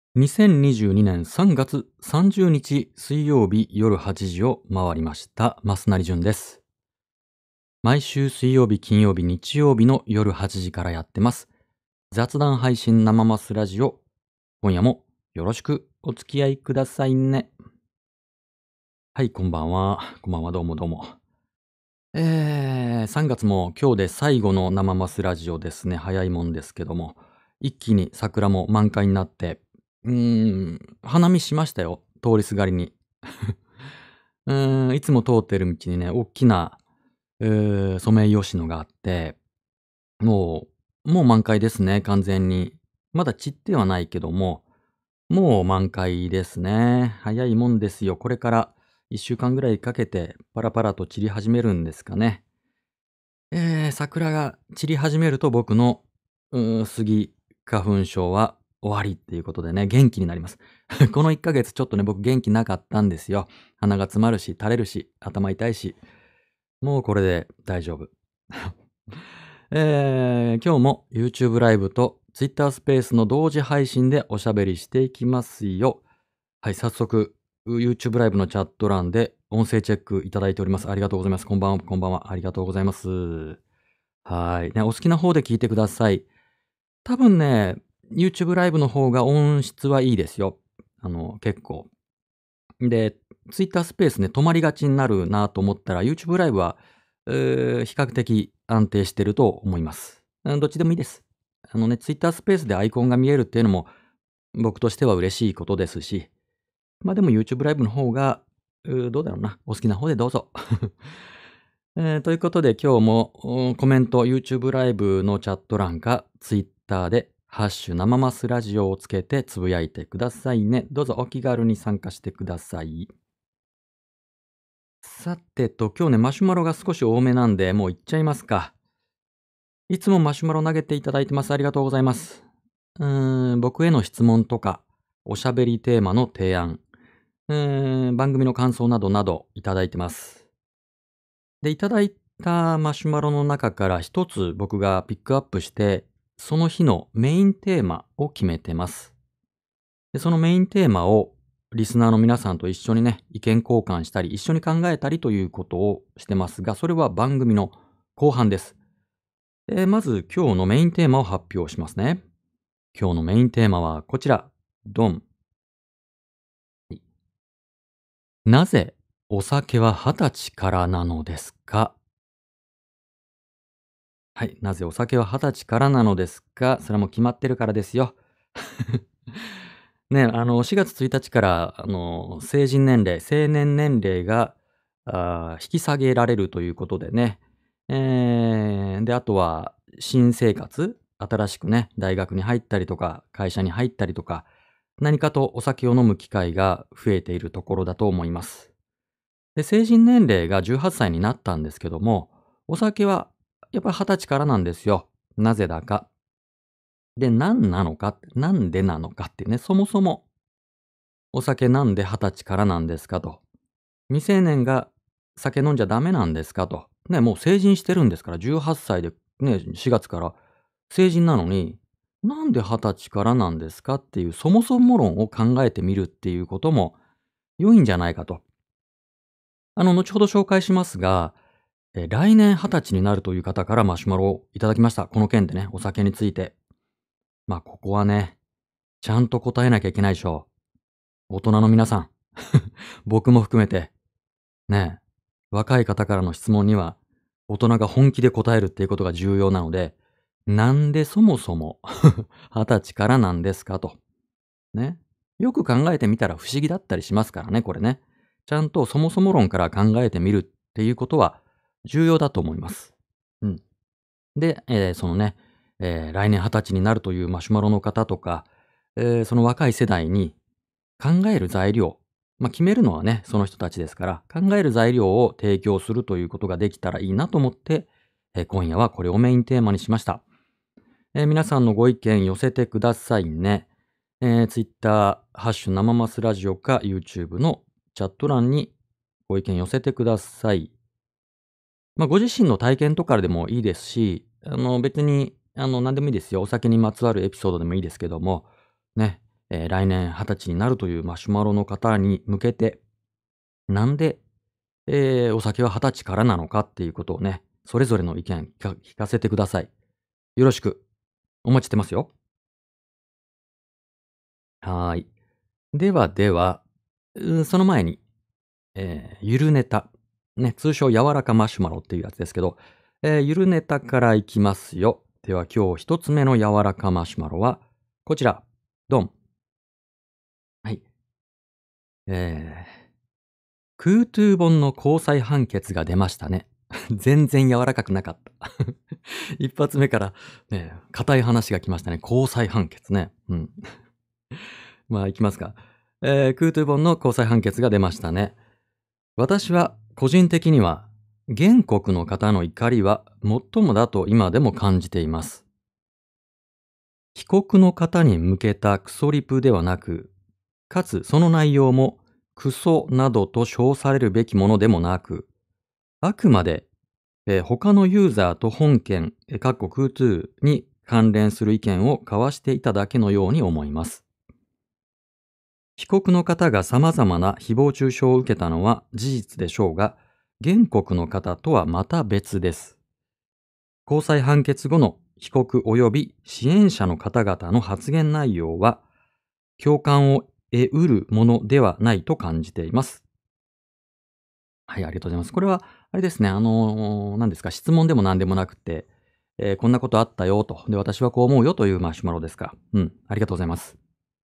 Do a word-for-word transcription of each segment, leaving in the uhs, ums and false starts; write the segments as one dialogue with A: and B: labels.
A: にせんにじゅうにねんさんがつさんじゅうにち水曜日夜はちじを回りました。増成淳です。毎週水曜日、金曜日、日曜日の夜はちじからやってます。雑談配信生マスラジオ。今夜もよろしくお付き合いくださいね。はい、こんばんは。こんばんは、どうもどうも。えー、さんがつも今日で最後の生マスラジオですね。早いもんですけども。一気に桜も満開になって、うーん、花見しましたよ。通りすがりに。うーん、いつも通ってる道にね、おっきな、うーソメイヨシノがあって、もう、もう満開ですね、完全に。まだ散ってはないけども、もう満開ですね。早いもんですよ。これからいっしゅうかんぐらいかけてパラパラと散り始めるんですかね。えー、桜が散り始めると僕の、うースギ花粉症は終わりっていうことでね、元気になります。このいっかげつちょっとね、僕元気なかったんですよ。鼻が詰まるし、垂れるし、頭痛いし、もうこれで大丈夫。えー、今日も YouTube ライブと Twitter スペースの同時配信でおしゃべりしていきますよ。はい、早速、YouTube ライブのチャット欄で音声チェックいただいております。ありがとうございます。こんばんは、こんばんは。ありがとうございます。はい。ね、お好きな方で聞いてください。多分ね、YouTube ライブの方が音質はいいですよ。あの、結構。で、Twitter スペースね、止まりがちになるなと思ったら、YouTube ライブは、うー比較的安定してると思います。うん、どっちでもいいです。あのね、Twitter スペースでアイコンが見えるっていうのも、僕としては嬉しいことですし、まあでも YouTube ライブの方が、うーどうだろうな。お好きな方でどうぞ。えーということで今日もおコメント YouTube ライブのチャット欄か Twitter でハッシュ生マスラジオをつけてつぶやいてくださいね。どうぞお気軽に参加してください。さてと、今日ね、マシュマロが少し多めなんで、もういっちゃいますか。いつもマシュマロ投げていただいてます。ありがとうございます。うーん、僕への質問とか、おしゃべりテーマの提案、うーん、番組の感想などなどいただいてます。で、いただいたマシュマロの中から一つ僕がピックアップして、その日のメインテーマを決めてます。で、そのメインテーマをリスナーの皆さんと一緒にね、意見交換したり、一緒に考えたりということをしてますが、それは番組の後半です。えーまず今日のメインテーマを発表しますね。今日のメインテーマはこちら。ドン。なぜお酒は二十歳からなのですか？はい。なぜお酒は二十歳からなのですか？それはもう決まってるからですよ。ね、あの、しがつついたちから、あの、成人年齢、成年年齢が、あー引き下げられるということでね。えーで、あとは、新生活、新しくね、大学に入ったりとか、会社に入ったりとか、何かとお酒を飲む機会が増えているところだと思います。で、成人年齢がじゅうはっさいになったんですけども、お酒はやっぱりはたちからなんですよ。なぜだか。で、何なのか、なんでなのかってね、そもそもお酒なんではたちからなんですかと。未成年が酒飲んじゃダメなんですかと。ね、もう成人してるんですから、じゅうはっさいでね、しがつから成人なのに、なんではたちからなんですかっていうそもそも論を考えてみるっていうことも良いんじゃないかと。あの、後ほど紹介しますが、えー来年はたちになるという方からマシュマロをいただきました。この件でね、お酒について。まあ、ここはね、ちゃんと答えなきゃいけないでしょう。大人の皆さん。僕も含めて、ね、若い方からの質問には、大人が本気で答えるっていうことが重要なので、なんでそもそもはたちからなんですかと。ね。よく考えてみたら不思議だったりしますからね、これね。ちゃんとそもそも論から考えてみるっていうことは重要だと思います。うん。で、えーそのね、えー来年はたちになるというマシュマロの方とか、えーその若い世代に考える材料、まあ、決めるのはね、その人たちですから、考える材料を提供するということができたらいいなと思って、えー今夜はこれをメインテーマにしました。えー皆さんのご意見寄せてくださいね。えー、Twitter、ハッシュ生マスラジオか YouTube のチャット欄にご意見寄せてください。まあ、ご自身の体験とかでもいいですし、あの、別に、あの、何でもいいですよ。お酒にまつわるエピソードでもいいですけども、ね。 えー来年はたちになるというマシュマロの方に向けて、なんで、えーお酒ははたちからなのかっていうことをね、それぞれの意見聞か聞かせてください。よろしく。お待ちしてますよ。はーい。ではでは、うーその前に、えーゆるネタ。ね、通称柔らかマシュマロっていうやつですけど、えーゆるネタからいきますよ。では今日一つ目の柔らかマシュマロは、こちら。ドン。はい。えー、クートゥー本の高裁判決が出ましたね。全然柔らかくなかった。一発目からね、硬い話が来ましたね。高裁判決ね。うん。まあ、いきますか。えー、クートゥー本の高裁判決が出ましたね。私は個人的には、原告の方の怒りは最もだと今でも感じています。被告の方に向けたクソリプではなく、かつその内容もクソなどと称されるべきものでもなく、あくまで、えー他のユーザーと本件、えー、クートゥーに関連する意見を交わしていただけのように思います。被告の方が様々な誹謗中傷を受けたのは事実でしょうが、原告の方とはまた別です。高裁判決後の被告及び支援者の方々の発言内容は、共感を得うるものではないと感じています。はい、ありがとうございます。これは、あれですね、あのー何ですか、質問でも何でもなくて、えーこんなことあったよと。で、私はこう思うよというマシュマロですか。うん、ありがとうございます。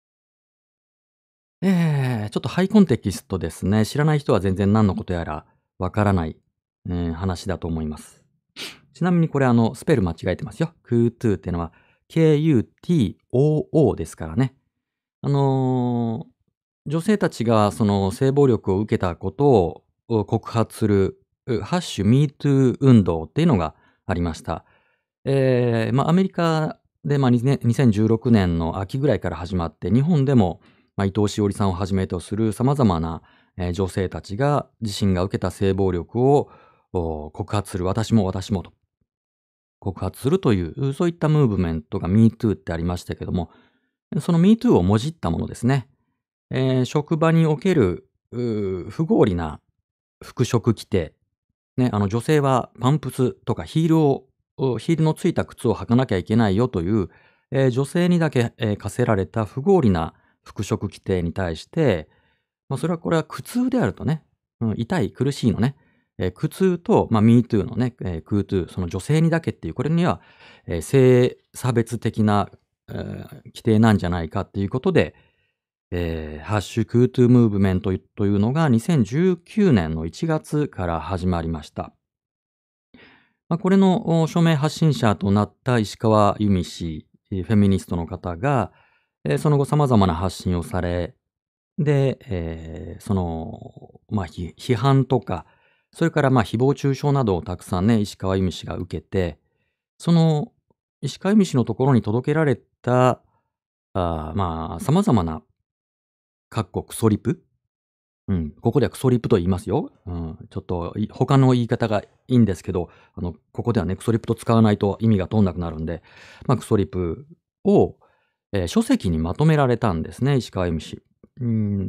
A: えー、ちょっとハイコンテキストですね。知らない人は全然何のことやらわからない、えー話だと思います。ちなみにこれあの、スペル間違えてますよ。クートゥーっていうのは ケーユーティーオーオー ですからね。あのー女性たちがその性暴力を受けたことを告発する、うハッシュ MeToo 運動っていうのがありました。えーまあ、アメリカで、まあ、にねにせんじゅうろくねんの秋ぐらいから始まって、日本でも、まあ、伊藤詩織さんをはじめとする様々な、えー女性たちが自身が受けた性暴力をお告発する、私も私もと告発するという、そういったムーブメントが MeToo ってありましたけども、その MeToo をもじったものですね。えー職場におけるうー不合理な服飾規定、ね、あの女性はパンプスとかヒールを、おヒールのついた靴を履かなきゃいけないよという、えー女性にだけ、えー課せられた不合理な服飾規定に対して、まあ、それはこれは苦痛であるとね、うん、痛い、苦しいのね、えー苦痛と、まあ、MeToo のね、えー、クートゥー、その女性にだけっていう、これには、えー性差別的な、えー規定なんじゃないかっていうことで、えーハッシュクートゥームーブメントというのがにせんじゅうきゅうねんのいちがつから始まりました。まあ、これのお署名発信者となった石川由美氏、えーフェミニストの方が、えーその後様々な発信をされ、で、えーその、まあ、ひ批判とか、それからまあ誹謗中傷などをたくさんね、石川由美氏が受けて、その石川由美氏のところに届けられた、あーまあ、様々な、かっこクソリプ、うん、ここではクソリップと言いますよ。うん、ちょっとい他の言い方がいいんですけど、あの、ここではね、クソリップと使わないと意味が通んなくなるんで、まあ、クソリップを、えー書籍にまとめられたんですね、石川由美氏。うん、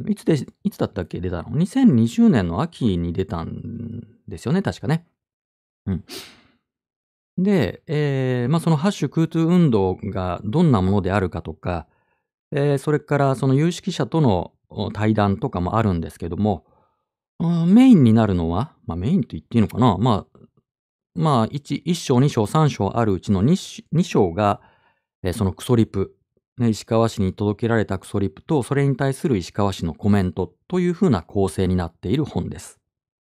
A: いつで、いつだったっけ出たの？ にせんにじゅう 年の秋に出たんですよね、確かね。うん。で、えーまあ、そのハッシュクートゥー運動がどんなものであるかとか、えーそれからその有識者とのお対談とかもあるんですけども、うん、メインになるのは、まあ、メインと言っていいのかな、まあ、まあ、いち、いっ章、に章、さん章あるうちの 2, に章が、えーそのクソリプ、ね、石川氏に届けられたクソリプと、それに対する石川氏のコメントというふうな構成になっている本です。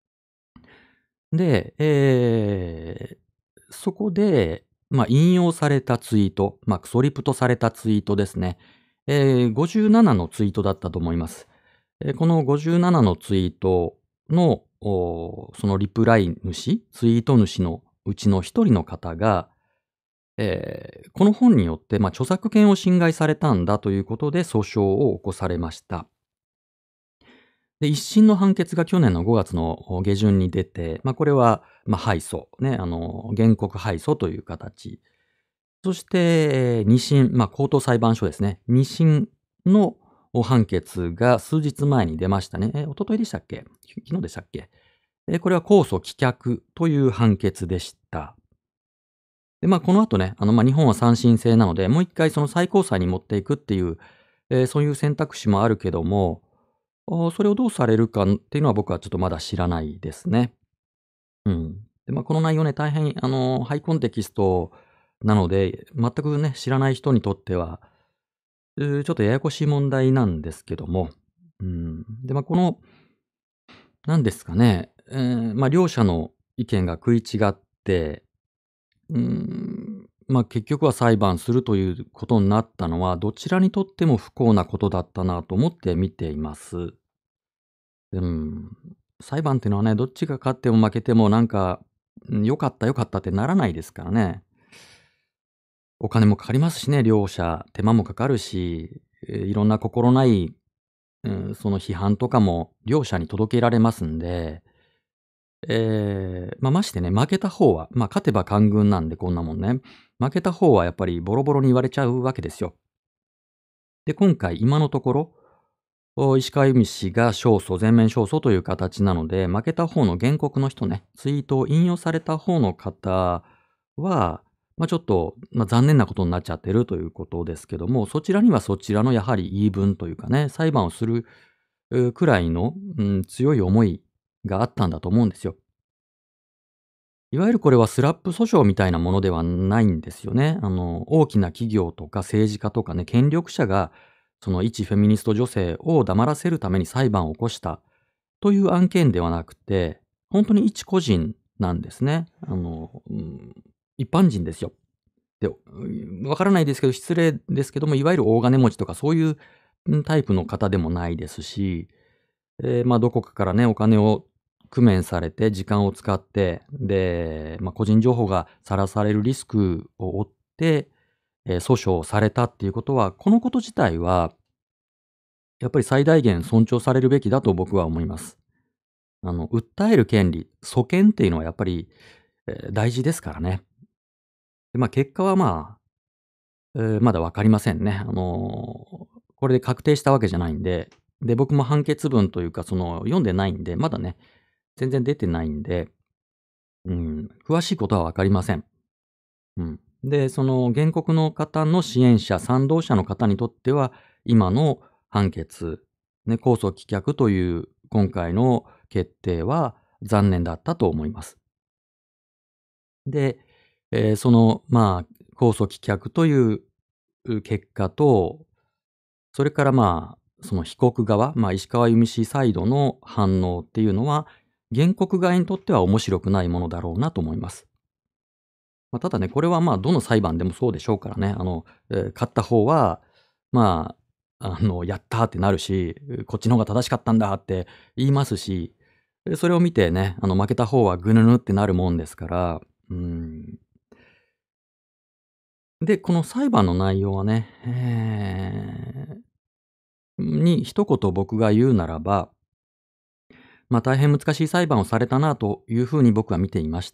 A: で、えーそこで、まあ、引用されたツイート、まあ、クソリプとされたツイートですね。えーごじゅうななのツイートだったと思います。えーこのごじゅうななのツイートの、おそのリプライ主、ツイート主のうちの一人の方が、えーこの本によって、まあ、著作権を侵害されたんだということで訴訟を起こされました。で、一審の判決が去年のごがつの下旬に出て、まあ、これは、まあ、敗訴、ね、あの、原告敗訴という形。そして、えー二審、まあ、高等裁判所ですね。二審の判決が数日前に出ましたね。え、一昨日でしたっけ？き昨日でしたっけ？え、これは控訴棄却という判決でした。で、まあ、この後ね、あの、まあ、日本は三審制なので、もう一回その最高裁に持っていくっていう、えーそういう選択肢もあるけども、ああ、それをどうされるかっていうのは僕はちょっとまだ知らないですね。うん。で、まあ、この内容ね、大変あの、ハイコンテキストなので、全くね、知らない人にとっては、うーちょっとややこしい問題なんですけども、うん。で、まあ、この、なんですかね、ええ、まあ、両者の意見が食い違って、うーん、まあ、結局は裁判するということになったのは、どちらにとっても不幸なことだったなと思って見ています。うん。裁判っていうのはね、どっちが勝っても負けてもなんか、うん、良かった良かったってならないですからね。お金もかかりますしね、両者、手間もかかるし、え、いろんな心ない、うん、その批判とかも両者に届けられますんで、ええ、ま、ましてね、負けた方は、ま、勝てば官軍なんでこんなもんね。負けた方はやっぱりボロボロに言われちゃうわけですよ。で、今回今のところ、お石川由美氏が勝訴、全面勝訴という形なので、負けた方の原告の人ね、ツイートを引用された方の方は、ま、ちょっと、ま、残念なことになっちゃってるということですけども、そちらにはそちらのやはり言い分というかね、裁判をする、うくらいの、うん、強い思いがあったんだと思うんですよ。いわゆるこれはスラップ訴訟みたいなものではないんですよね。あの、大きな企業とか政治家とかね、権力者が、その一フェミニスト女性を黙らせるために裁判を起こしたという案件ではなくて、本当に一個人なんですね。あの、うん、一般人ですよ。で、うんわからないですけど、失礼ですけども、いわゆる大金持ちとかそういう、うんタイプの方でもないですし、ええ、ま、どこかからね、お金を工面されて、時間を使って、で、ま、個人情報が晒されるリスクを負って、え、訴訟をされたっていうことは、このこと自体は、やっぱり最大限尊重されるべきだと僕は思います。あの、訴える権利、訴権っていうのはやっぱり、え、大事ですからね。で、ま、結果は、まあ、ええ、まだ分かりませんね。あの、これで確定したわけじゃないんで、で、僕も判決文というか、その、読んでないんで、まだね、全然出てないんで、うん、詳しいことは分かりません。うん。で、その原告の方の支援者、賛同者の方にとっては、今の判決、ね、控訴棄却という今回の決定は残念だったと思います。で、えーその、まあ、控訴棄却というう結果と、それからまあ、その被告側、まあ、石川由美氏サイドの反応っていうのは、原告側にとっては面白くないものだろうなと思います。まあ、ただね、これはまあ、どの裁判でもそうでしょうからね。あの、えー勝った方は、まあ、あの、やったーってなるし、こっちの方が正しかったんだって言いますし、え、それを見てね、あの、負けた方はぐぬぬってなるもんですから、うん。で、この裁判の内容はね、えーに一言僕が言うならば、まあ、大変難しい裁判をされたなというふうに僕は見ていました。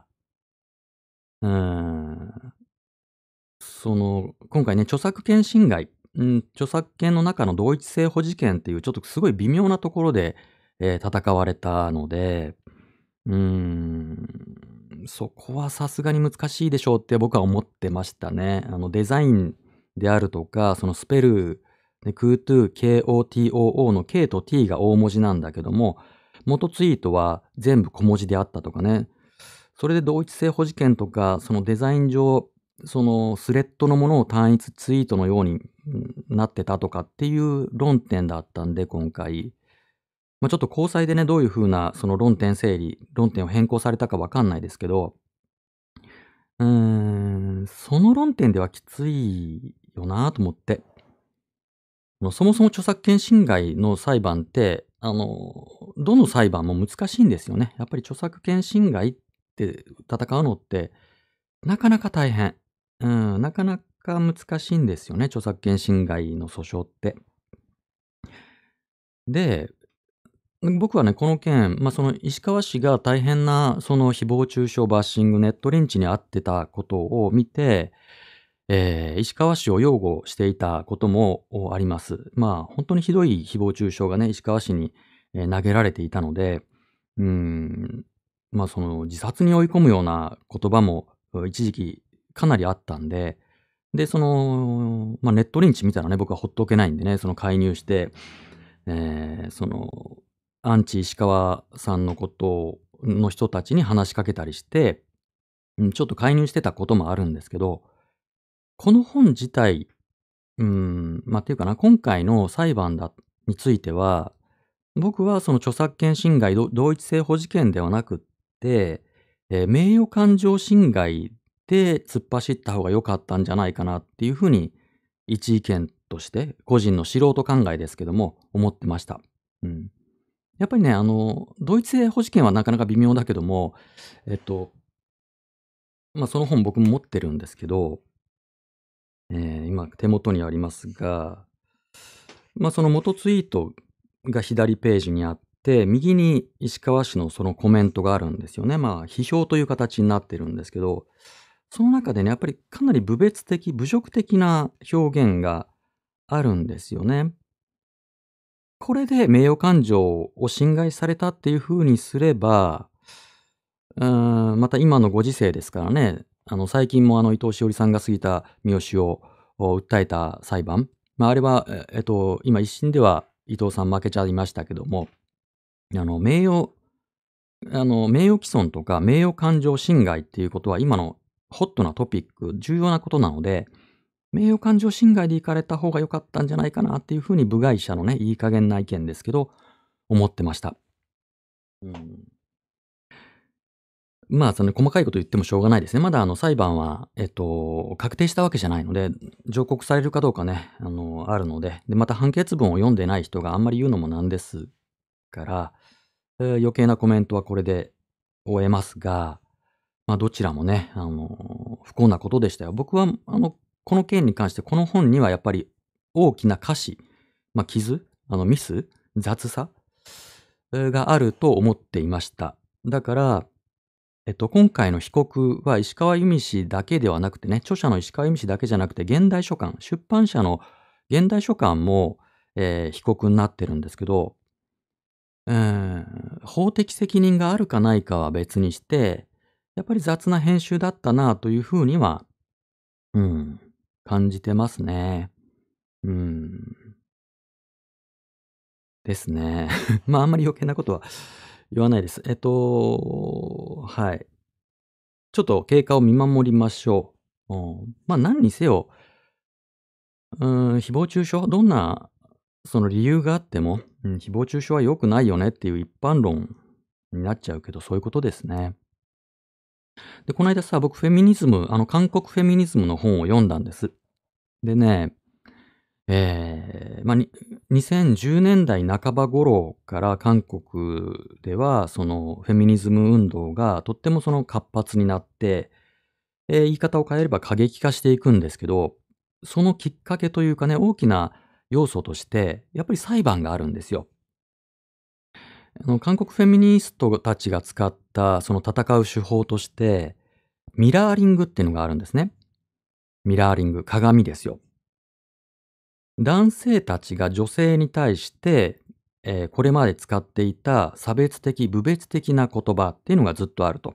A: うーん。その、今回ね、著作権侵害、うん、著作権の中の同一性保持権っていうちょっとすごい微妙なところで、えー戦われたので、うーん、そこはさすがに難しいでしょうって僕は思ってましたね。あのデザインであるとか、そのスペル、ね、クートゥー、ケーオーティーオーオー の K と T が大文字なんだけども、元ツイートは全部小文字であったとかね。それで同一性保持権とか、そのデザイン上、そのスレッドのものを単一ツイートのように、うんなってたとかっていう論点だったんで、今回。まあ、ちょっと高裁でね、どういう風なその論点整理、論点を変更されたかわかんないですけど、うーん、その論点ではきついよなと思って。あの、そもそも著作権侵害の裁判って、あの、どの裁判も難しいんですよね。やっぱり著作権侵害って戦うのって、なかなか大変。うん、なかなか難しいんですよね、著作権侵害の訴訟って。で、僕はね、この件、まあ、その石川氏が大変なその誹謗中傷バッシング、ネットリンチに遭ってたことを見て、 えー石川氏を擁護していたこともおあります。まあ、本当にひどい誹謗中傷がね、石川氏に、えー投げられていたので、うーん、まあ、その自殺に追い込むような言葉も、う一時期かなりあったんで、で、その、まあ、ネットリンチ見たらね、僕はほっとけないんでね、その介入して、えーその、アンチ石川さんのことの人たちに話しかけたりして、うん、ちょっと介入してたこともあるんですけど、この本自体、うーん、ま、っていうかな、今回の裁判だについては、僕はその著作権侵害、ど同一性保持権ではなくって、え、名誉感情侵害で突っ走った方が良かったんじゃないかなっていう風に、一意見として、個人の素人考えですけども、思ってました。うん。やっぱりね、あの、同一性保持権はなかなか微妙だけども、えっと、ま、その本僕も持ってるんですけど、ええ、今手元にありますが、ま、その元ツイートが左ページにあって、右に石川氏のそのコメントがあるんですよね。まあ、批評という形になってるんですけど、その中でね、やっぱりかなり侮蔑的、侮辱的な表現があるんですよね。これで名誉感情を侵害されたっていう風にすれば、うーん、また今のご時世ですからね、あの、最近もあの、伊藤詩織さんが杉田水脈をを訴えた裁判、まあ、あれは、ええっと、今一審では伊藤さん負けちゃいましたけども、あの、名誉あの、名誉毀損とか名誉感情侵害っていうことは今のホットなトピック、重要なことなので、名誉感情侵害で行かれた方が良かったんじゃないかなっていう風に部外者のね、いい加減な意見ですけど、思ってました。うん。まあ、その細かいこと言ってもしょうがないですね。まだあの裁判は、えっと、確定したわけじゃないので、上告されるかどうかね、あの、あるので、で、また判決文を読んでない人があんまり言うのもなんですから、えー余計なコメントはこれで終えますが、まあ、どちらもね、あの、不幸なことでしたよ。僕は、あの、この件に関してこの本にはやっぱり大きな瑕疵、まあ、傷、あの、ミス、雑さ、えーがあると思っていました。だからえっと、今回の被告は石川由美氏だけではなくてね、著者の石川由美氏だけじゃなくて、現代書館、出版社の現代書館も、えー被告になってるんですけど、うーん、法的責任があるかないかは別にして、やっぱり雑な編集だったなというふうには、うん、感じてますね。うん、ですね。まあ、あんまり余計なことは言わないです。えっと、はい。ちょっと経過を見守りましょう。うん、まあ、何にせよ、うーん、誹謗中傷、どんなその理由があっても、うん、誹謗中傷は良くないよねっていう一般論になっちゃうけど、そういうことですね。で、この間さ、僕フェミニズム、あの、韓国フェミニズムの本を読んだんです。でね、ええ、ま、ににせんじゅうねんだい半ば頃から韓国では、そのフェミニズム運動がとってもその活発になって、ええ、言い方を変えれば過激化していくんですけど、そのきっかけというかね、大きな要素として、やっぱり裁判があるんですよ。あの、韓国フェミニストたちが使ったその戦う手法として、ミラーリングっていうのがあるんですね。ミラーリング、鏡ですよ。男性たちが女性に対して、えーこれまで使っていた差別的、侮蔑的な言葉っていうのがずっとあると。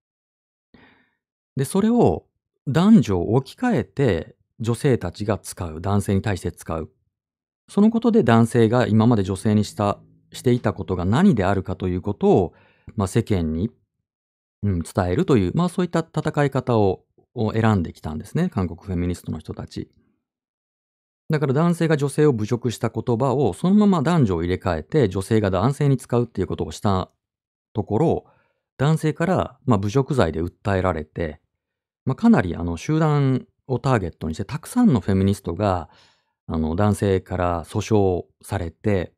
A: で、それを男女を置き換えて女性たちが使う、男性に対して使う。そのことで男性が今まで女性にしたしていたことが何であるかということを、まあ、世間に、うん、伝えるという、まあ、そういった戦い方をを選んできたんですね、韓国フェミニストの人たち。だから男性が女性を侮辱した言葉をそのまま男女を入れ替えて、女性が男性に使うっていうことをしたところ、男性から、まあ、侮辱罪で訴えられて、まあ、かなりあの集団をターゲットにしてたくさんのフェミニストが、あの男性から訴訟されて、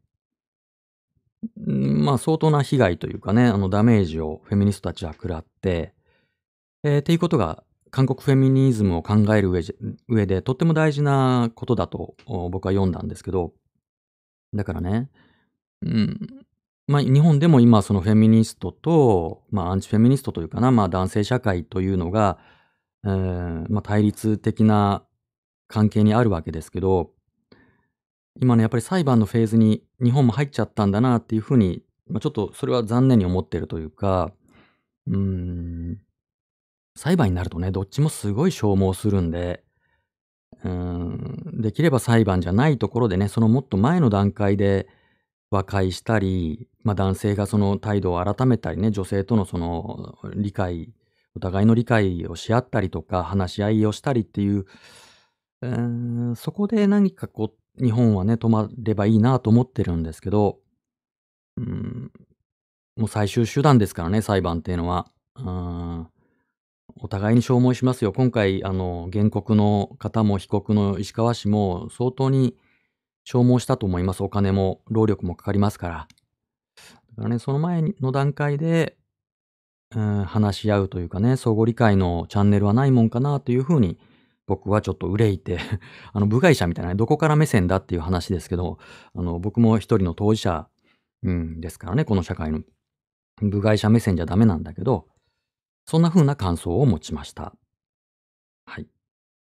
A: ん、まあ、相当な被害というかね、あのダメージをフェミニストたちは食らって、ええ、っていうことが、韓国フェミニズムを考える上じ上でとっても大事なことだと、お僕は読んだんですけど、だからね、うん、まあ、日本でも今そのフェミニストと、まあ、アンチフェミニストというかな、まあ、男性社会というのが、 えーまあ、対立的な関係にあるわけですけど、今ね、やっぱり裁判のフェーズに日本も入っちゃったんだなっていうふうに、まあ、ちょっとそれは残念に思ってるというか、うーん、裁判になるとね、どっちもすごい消耗するんで、うーん、できれば裁判じゃないところでね、そのもっと前の段階で和解したり、まあ、男性がその態度を改めたりね、女性とのその理解、お互いの理解をし合ったりとか、話し合いをしたりっていう、うーん、そこで何かこう、日本はね、止まればいいなと思ってるんですけど、うーん、もう最終手段ですからね、裁判っていうのは。うーん、お互いに消耗しますよ。今回、あの、原告の方も被告の石川氏も相当に消耗したと思います。お金も労力もかかりますから。だからね、その前にの段階で、うん、話し合うというかね、相互理解のチャンネルはないもんかなというふうに、僕はちょっと憂いてあの、部外者みたいなね、どこから目線だっていう話ですけど、あの、僕も一人の当事者、うん、ですからね、この社会の。部外者目線じゃダメなんだけど、そんな風な感想を持ちました。はい。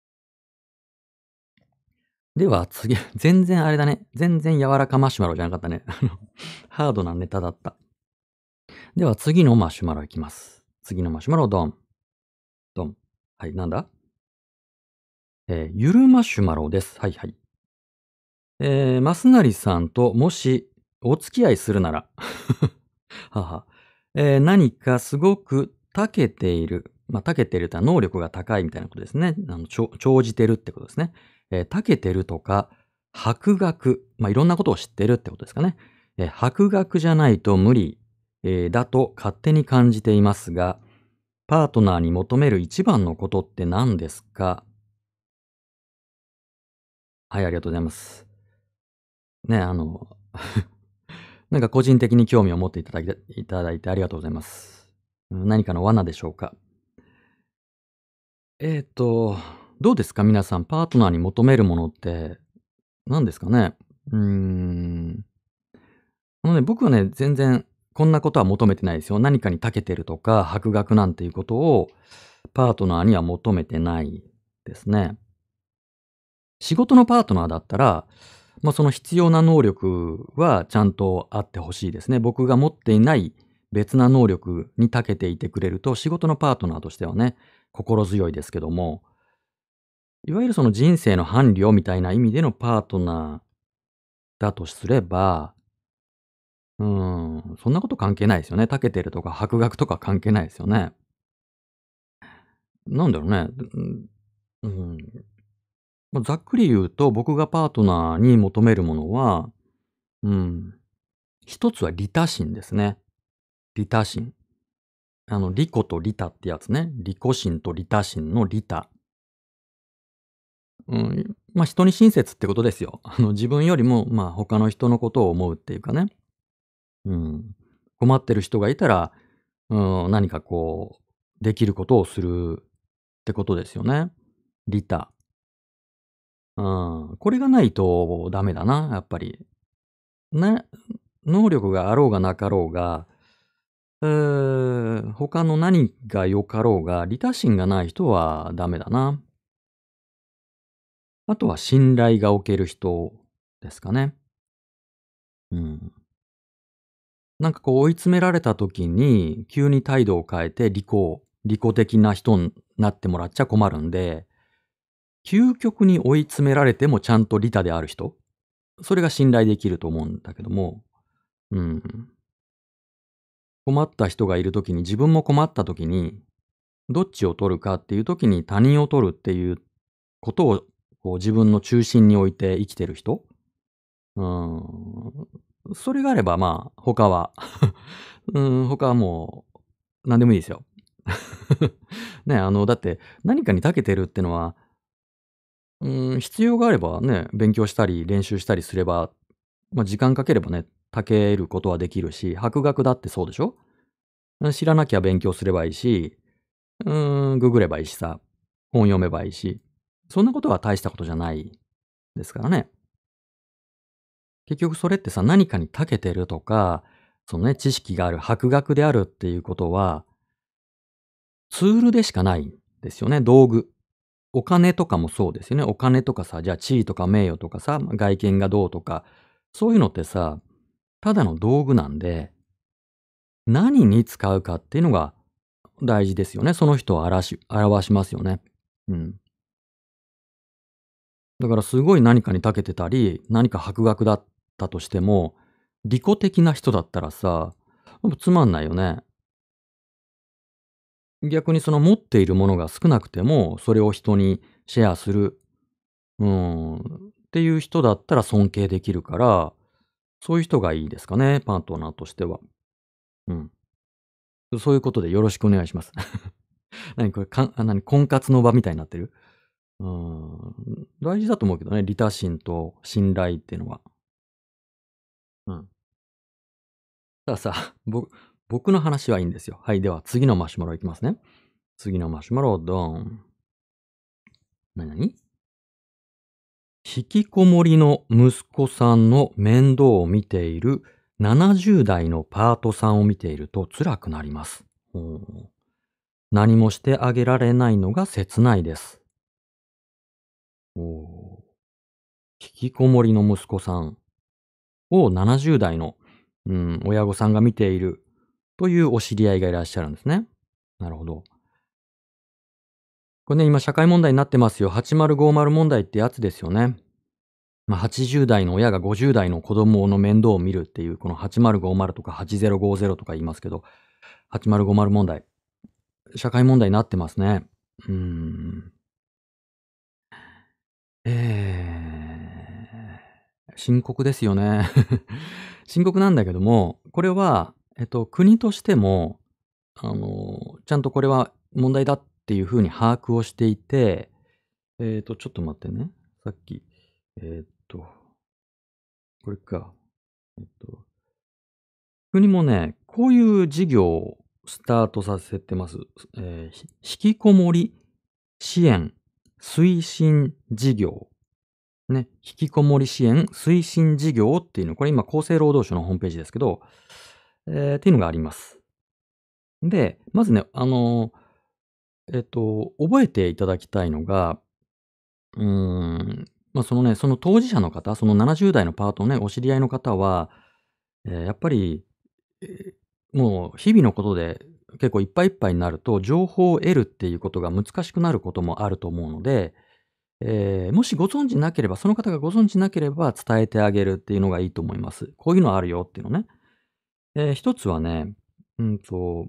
A: では次、全然あれだね。全然柔らかマシュマロじゃなかったね。あの、ハードなネタだった。では次のマシュマロいきます。次のマシュマロドン、ドン。はい、なんだえーゆるマシュマロです。はいはい。えー、マスナリさんともしお付き合いするなら、はは、えー何かすごく長けている。まあ、長けているとは能力が高いみたいなことですね。あの、ちょ長じてるってことですね。えー長けてるとか、博学。まあ、いろんなことを知ってるってことですかね。えー博学じゃないと無理、えーだと勝手に感じていますが、パートナーに求める一番のことって何ですか？はい、ありがとうございます。ね、あの、なんか個人的に興味を持っていただいていただいてありがとうございます。うん、何かの罠でしょうか？えっと、どうですか？皆さん、パートナーに求めるものって何ですかね？うーん。あのね、僕はね、全然こんなことは求めてないですよ。何かに長けてるとか、博学なんていうことをパートナーには求めてないですね。仕事のパートナーだったら、まあ、その必要な能力はちゃんとあってほしいですね。僕が持っていない別な能力に長けていてくれると、仕事のパートナーとしてはね、心強いですけども、いわゆるその人生の伴侶みたいな意味でのパートナーだとすれば、うーん、そんなこと関係ないですよね。長けてるとか博学とか関係ないですよね。なんだろうね。うん、うん、まあ、ざっくり言うと、僕がパートナーに求めるものは、うん、一つは利他心ですね。利他心。あの、利己と利他ってやつね。利己心と利他心の利他。うん、まあ、人に親切ってことですよ。あの、自分よりも、まあ、他の人のことを思うっていうかね。うん。困ってる人がいたら、うん、何かこう、できることをするってことですよね。利他。うん。これがないとダメだな、やっぱり。ね、能力があろうがなかろうが、えー他の何が良かろうが、利他心がない人はダメだな。あとは信頼がおける人ですかね。うん。なんかこう追い詰められた時に、急に態度を変えて利己利己的な人になってもらっちゃ困るんで、究極に追い詰められてもちゃんと利他である人、それが信頼できると思うんだけども、うん。困った人がいる時に、自分も困った時に、どっちを取るかっていう時に他人を取るっていうことを、こう自分の中心に置いて生きてる人、うーん。それがあれば、まあ、他はうん、他はもう、何でもいいですよ。ね、あの、だって、何かに長けてるってのは、うん、必要があればね、勉強したり練習したりすれば、まあ、時間かければね、長けることはできるし、博学だってそうでしょ？知らなきゃ勉強すればいいし、うーん、ググればいいしさ、本読めばいいし、そんなことは大したことじゃないですからね。結局それってさ、何かに長けてるとか、そのね、知識がある、博学であるっていうことは、ツールでしかない。 ですよね、道具。お金とかもそうですよね。お金とかさ、じゃあ地位とか名誉とかさ、外見がどうとか、そういうのってさ、ただの道具なんで、何に使うかっていうのが大事ですよね。その人を表し表しますよね。うん。だからすごい何かに長けてたり、何か博学だったとしても、利己的な人だったらさ、やっぱつまんないよね。逆にその持っているものが少なくても、それを人にシェアする、うーん、っていう人だったら尊敬できるから、そういう人がいいですかね、パートナーとしては。うん。そういうことでよろしくお願いします。何これ、かんあ、何、婚活の場みたいになってる？うーん、大事だと思うけどね、利他心と信頼っていうのは。うん。たださ、ぼ僕の話はいいんですよ。はい、では次のマシュマロいきますね。次のマシュマロ、ドン。なになに？引きこもりの息子さんの面倒を見ているななじゅう代のパートさんを見ていると辛くなります。ほう。何もしてあげられないのが切ないです。おお。引きこもりの息子さんをななじゅう代の、うん、親御さんが見ているというお知り合いがいらっしゃるんですね。なるほど。これね、今社会問題になってますよ。はちまるごまる問題ってやつですよね。まあ、はちじゅう代の親がごじゅう代の子供の面倒を見るっていう、このはちまるごまるとかはちぜろごぜろとか言いますけど、はちまるごまる問題。社会問題になってますね。うーん。ええ、深刻ですよね。深刻なんだけども、これは、えっと、国としても、あの、ちゃんとこれは問題だっていう風に把握をしていて、えっと、ちょっと待ってね。さっき、えっと、これか。えっと、国もね、こういう事業をスタートさせてます。えーひ引きこもり支援推進事業。ね、引きこもり支援推進事業っていうの、これ今厚生労働省のホームページですけど、えーっていうのがあります。で、まずね、あの、えっと、覚えていただきたいのが、うーん、ま、そのね、その当事者の方、そのななじゅう代のパートのね、お知り合いの方は、えーやっぱり、えーもう日々のことで結構いっぱいいっぱいになると、情報を得るっていうことが難しくなることもあると思うので、えーもしご存知なければ、その方がご存知なければ伝えてあげるっていうのがいいと思います。こういうのあるよっていうのね。えー一つはね、うんと、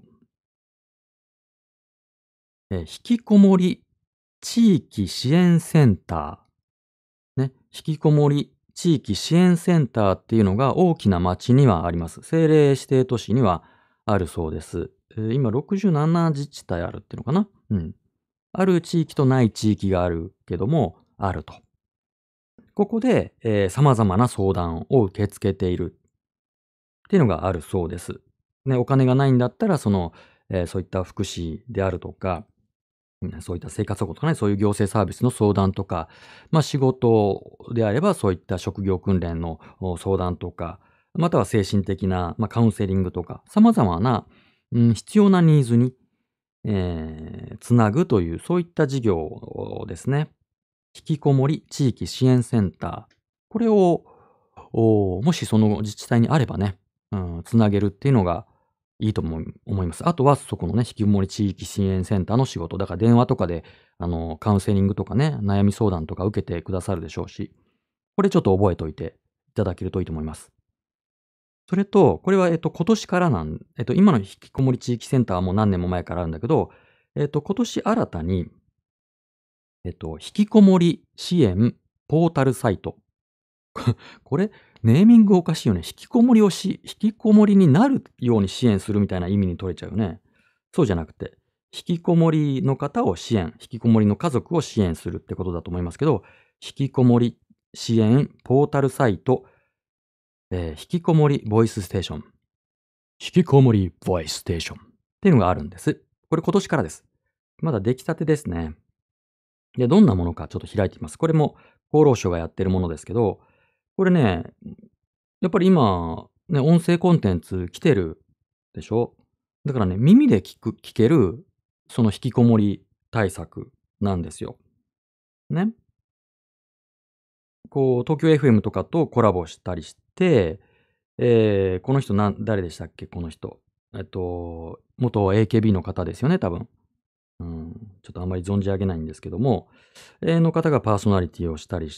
A: えー引きこもり地域支援センター。ね、引きこもり地域支援センターっていうのが大きな町にはあります。政令指定都市にはあるそうです。えー今ろくじゅうなな自治体あるっていうのかな。うん。ある地域とない地域があるけども、あると。ここで、えー様々な相談を受け付けているっていうのがあるそうです。ね、お金がないんだったら、その、えーそういった福祉であるとか、うん、そういった生活保護とかね、そういう行政サービスの相談とか、まあ仕事であればそういった職業訓練のお相談とか、または精神的な、まあ、カウンセリングとか、様々な、うん、必要なニーズに、えーつなぐという、そういった事業ですね。引きこもり地域支援センター。これを、おもしその自治体にあればね、うん、つなげるっていうのがいいと思い思います。あとはそこのね、引きこもり地域支援センターの仕事。だから電話とかで、あの、カウンセリングとかね、悩み相談とか受けてくださるでしょうし、これちょっと覚えておいていただけるといいと思います。それと、これは、えっと、今年からなんえっと、今の引きこもり地域センターはもう何年も前からあるんだけど、えっと、今年新たに、えっと、引きこもり支援ポータルサイト。これ、ネーミングおかしいよね。引きこもりをし引きこもりになるように支援するみたいな意味に取れちゃうよね。そうじゃなくて、引きこもりの方を支援、引きこもりの家族を支援するってことだと思いますけど、引きこもり支援ポータルサイト、えー引きこもりボイスステーション。引きこもりボイスステーションっていうのがあるんです。これ今年からです。まだ出来たてですね。で、どんなものかちょっと開いてみます。これも厚労省がやってるものですけど、これね、やっぱり今、ね、音声コンテンツ来てるでしょ。だからね、耳で聞く聞ける、その引きこもり対策なんですよ。ね。こう、東京 エフエム とかとコラボしたりして、ええ、この人なん誰でしたっけ、この人。えっと、元 エーケービー の方ですよね、多分。うん、ちょっとあんまり存じ上げないんですけども、え、の方がパーソナリティをしたりして、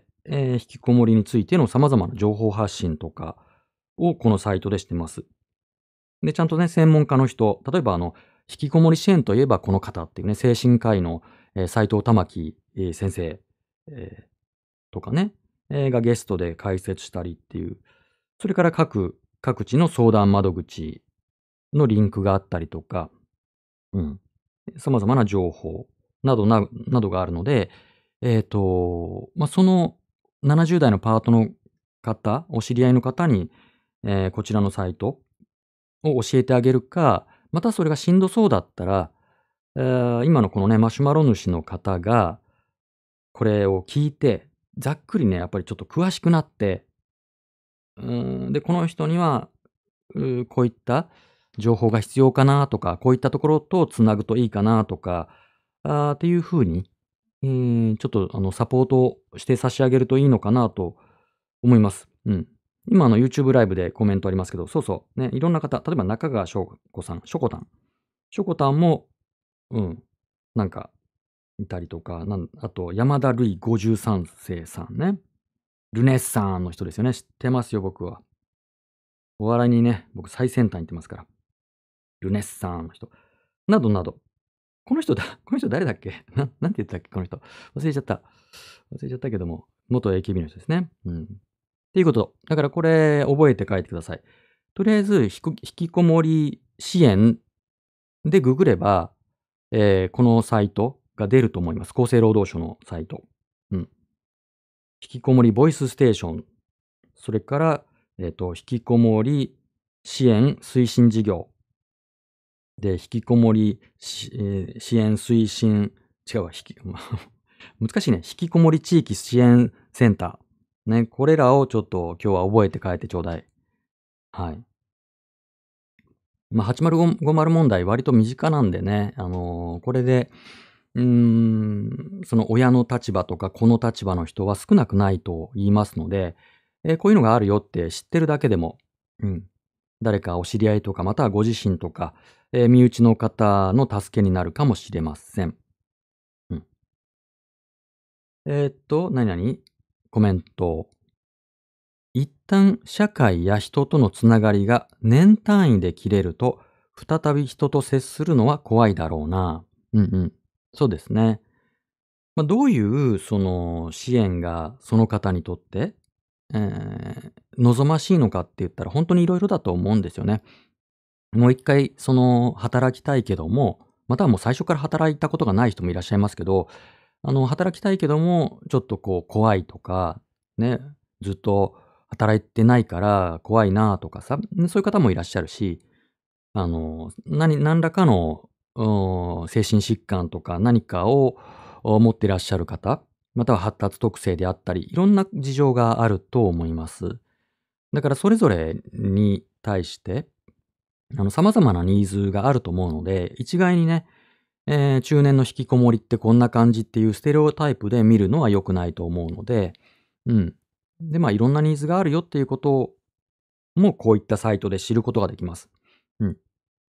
A: ええ、引きこもりについての様々な情報発信とかをこのサイトでしてます。で、ちゃんとね、専門家の人、例えばあの、引きこもり支援といえばこの方っていうね、精神科医の、え、斉藤環え、先生、ええ、とかね、ええ、がゲストで解説したりっていう、それから各各地の相談窓口のリンクがあったりとか、うん、様々な情報などななどがあるので、えっと、ま、そのななじゅう代のパートの方、お知り合いの方に、ええ、こちらのサイトを教えてあげるか、またそれがしんどそうだったら、ええ、今のこのね、マシュマロ主の方が、これを聞いて、ざっくりね、やっぱりちょっと詳しくなって、うーん、で、この人には、う、こういった情報が必要かなとか、こういったところと繋ぐといいかなとか、ああ、っていう風に、ええ、ちょっとあの、サポートして差し上げるといいのかなと思います。うん。今あの YouTube ライブでコメントありますけど、そうそう、ね、いろんな方、例えば中川翔子さん、しょこたん。しょこたんも、うん、なんかいたりとか、なんあと山田るいごじゅうさん世さんね。ルネッサンの人ですよね。知ってますよ、僕は。お笑いにね、僕最先端行ってますから。ルネッサンの人。などなど。この人だこの人誰だっけ？ななんて言ってたっけ、この人。忘れちゃった。忘れちゃったけども、元 エーケービー の人ですね。うん。っていうこと。だからこれ覚えて帰ってください。とりあえず、ひく引きこもり支援でググれば、ええ、このサイトが出ると思います。厚生労働省のサイト。うん。引きこもりボイスステーション、それから、えっと、引きこもり支援推進事業。で、引きこもりしええ、支援推進違うわ、ひきま、難しいね。引きこもり地域支援センター。ね、これらをちょっと今日は覚えて帰ってちょうだい。はい。ま、はちまるごごまる問題割と身近なんでね、あの、これで、うーん、その親の立場とか子の立場の人は少なくないと言いますので、え、こういうのがあるよって知ってるだけでも、うん、誰かお知り合いとか、またはご自身とか、え、身内の方の助けになるかもしれません。うん。えっと、なになに？コメント。一旦社会や人とのつながりが年単位で切れると、再び人と接するのは怖いだろうな。うんうん。そうですね。ま、どういうその支援がその方にとって、ええ、望ましいのかって言ったらほんとに色々だと思うんですよね。もう一回その働きたいけども、またはもう最初から働いたことがない人もいらっしゃいますけど、あの、働きたいけども、ちょっとこう怖いとか、ね、ずっと働いてないから怖いなとかさ、ん、そういう方もいらっしゃるし、あの、なに何らかの、う、精神疾患とか何かを、お持ってらっしゃる方、または発達特性であったり、いろんな事情があると思います。だからそれぞれに対して、あの、様々なニーズがあると思うので、一概にね、ええ、中年の引きこもりってこんな感じっていうステレオタイプで見るのは良くないと思うので、うん。で、ま、いろんなニーズがあるよっていうことも、こういったサイトで知ることができます。うん。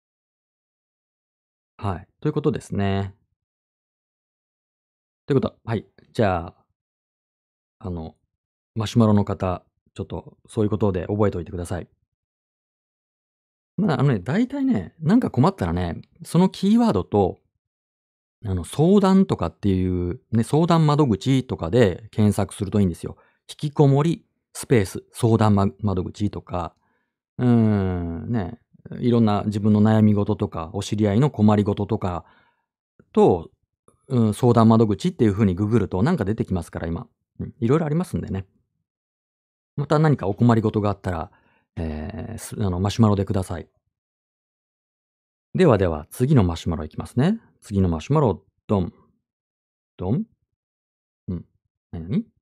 A: はい、ということですね。ということははい、じゃああの、マシュマロの方、ちょっとそういうことで覚えといてください。まあ、あのね、大体ね、なんか困ったらね、そのキーワードとあの、相談とかっていう、ね、相談窓口とかで検索するといいんですよ。引きこもりスペース相談ま窓口とか、うーん、ね、いろんな自分の悩み事とか、お知り合いの困りごととかと、うん、相談窓口っていう風にググるとなんか出てきますから、今。うん、いろいろありますんでね。また何かお困りごとがあったら、ええ、すあの、マシュマロでください。ではでは、次のマシュマロいきますね。次のマシュマロ、ドン。ドン。うん。なになに？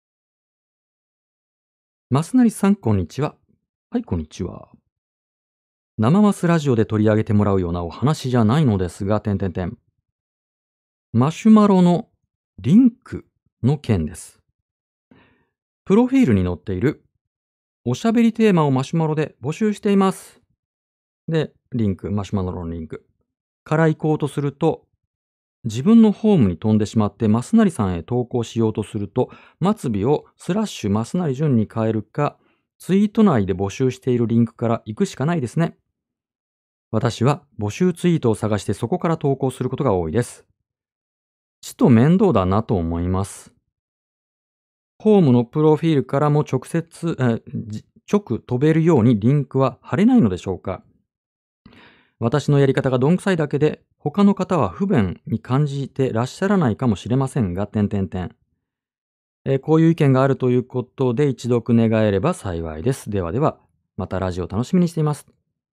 A: マスナリさん、こんにちは。はい、こんにちは。生マスラジオで取り上げてもらうようなお話じゃないのですが、てんてんてん。 マシュマロのリンクの件です。プロフィールに載っているおしゃべりテーマをマシュマロで募集しています。で、リンク、マシュマロのリンクから行こうとすると、自分のホームに飛んでしまってマスナリさんへ投稿しようとすると、末尾をスラッシュマスナリ順に変えるか、ツイート内で募集しているリンクから行くしかないですね。私は募集ツイートを探してそこから投稿することが多いです。ちと面倒だなと思います。ホームのプロフィールからも直接、えじ直飛べるようにリンクは貼れないのでしょうか。私のやり方がどんくさいだけで、他の方は不便に感じてらっしゃらないかもしれませんが、点々点。えーこういう意見があるということで一読願えれば幸いです。ではでは、またラジオ楽しみにしています。あ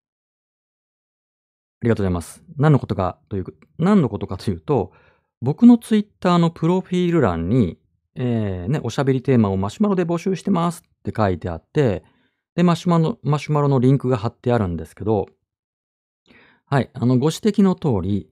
A: りがとうございます。何のことかという、何のことかというと、僕のツイッターのプロフィール欄に、えーね、おしゃべりテーマをマシュマロで募集してますって書いてあって、で、マシュマロ、マシュマロのリンクが貼ってあるんですけど、はい、あの、ご指摘の通り、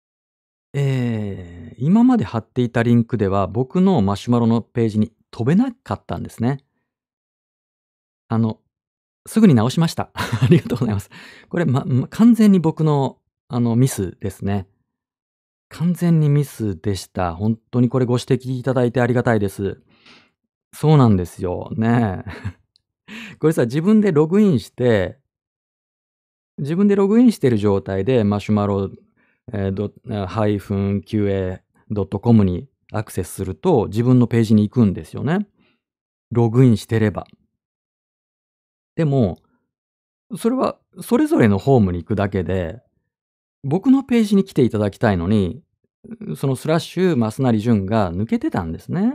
A: えー今まで貼っていたリンクでは僕のマシュマロのページに飛べなかったんですね。あの、すぐに直しました。ありがとうございます。これ、ま、ま完全に僕の、あの、ミスですね。完全にミスでした。本当にこれご指摘いただいてありがたいです。そうなんですよ。ねえ。これさ、自分でログインして、自分でログインしてる状態でマシュマロ、えー、ドハイフン キューエードットコム にアクセスすると自分のページに行くんですよね。ログインしてれば。でも、それはそれぞれのホームに行くだけで、僕のページに来ていただきたいのに、そのスラッシュマスナリ順が抜けてたんですね。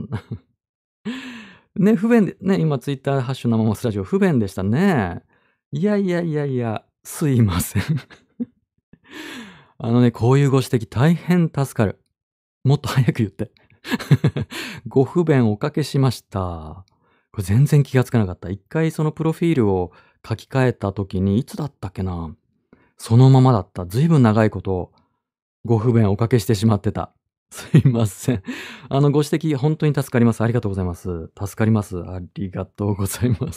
A: ね、不便で、ね、今ツイッターハッシュ生マスラジオ不便でしたね。いやいやいやいや、すいません。あのね、こういうご指摘大変助かる。もっと早く言って。ご不便おかけしました。これ全然気がつかなかった。一回そのプロフィールを書き換えた時に、いつだったっけな。そのままだった。ずいぶん長いことご不便おかけしてしまってた。すいません。あの、ご指摘本当に助かります。ありがとうございます。助かります。ありがとうございます。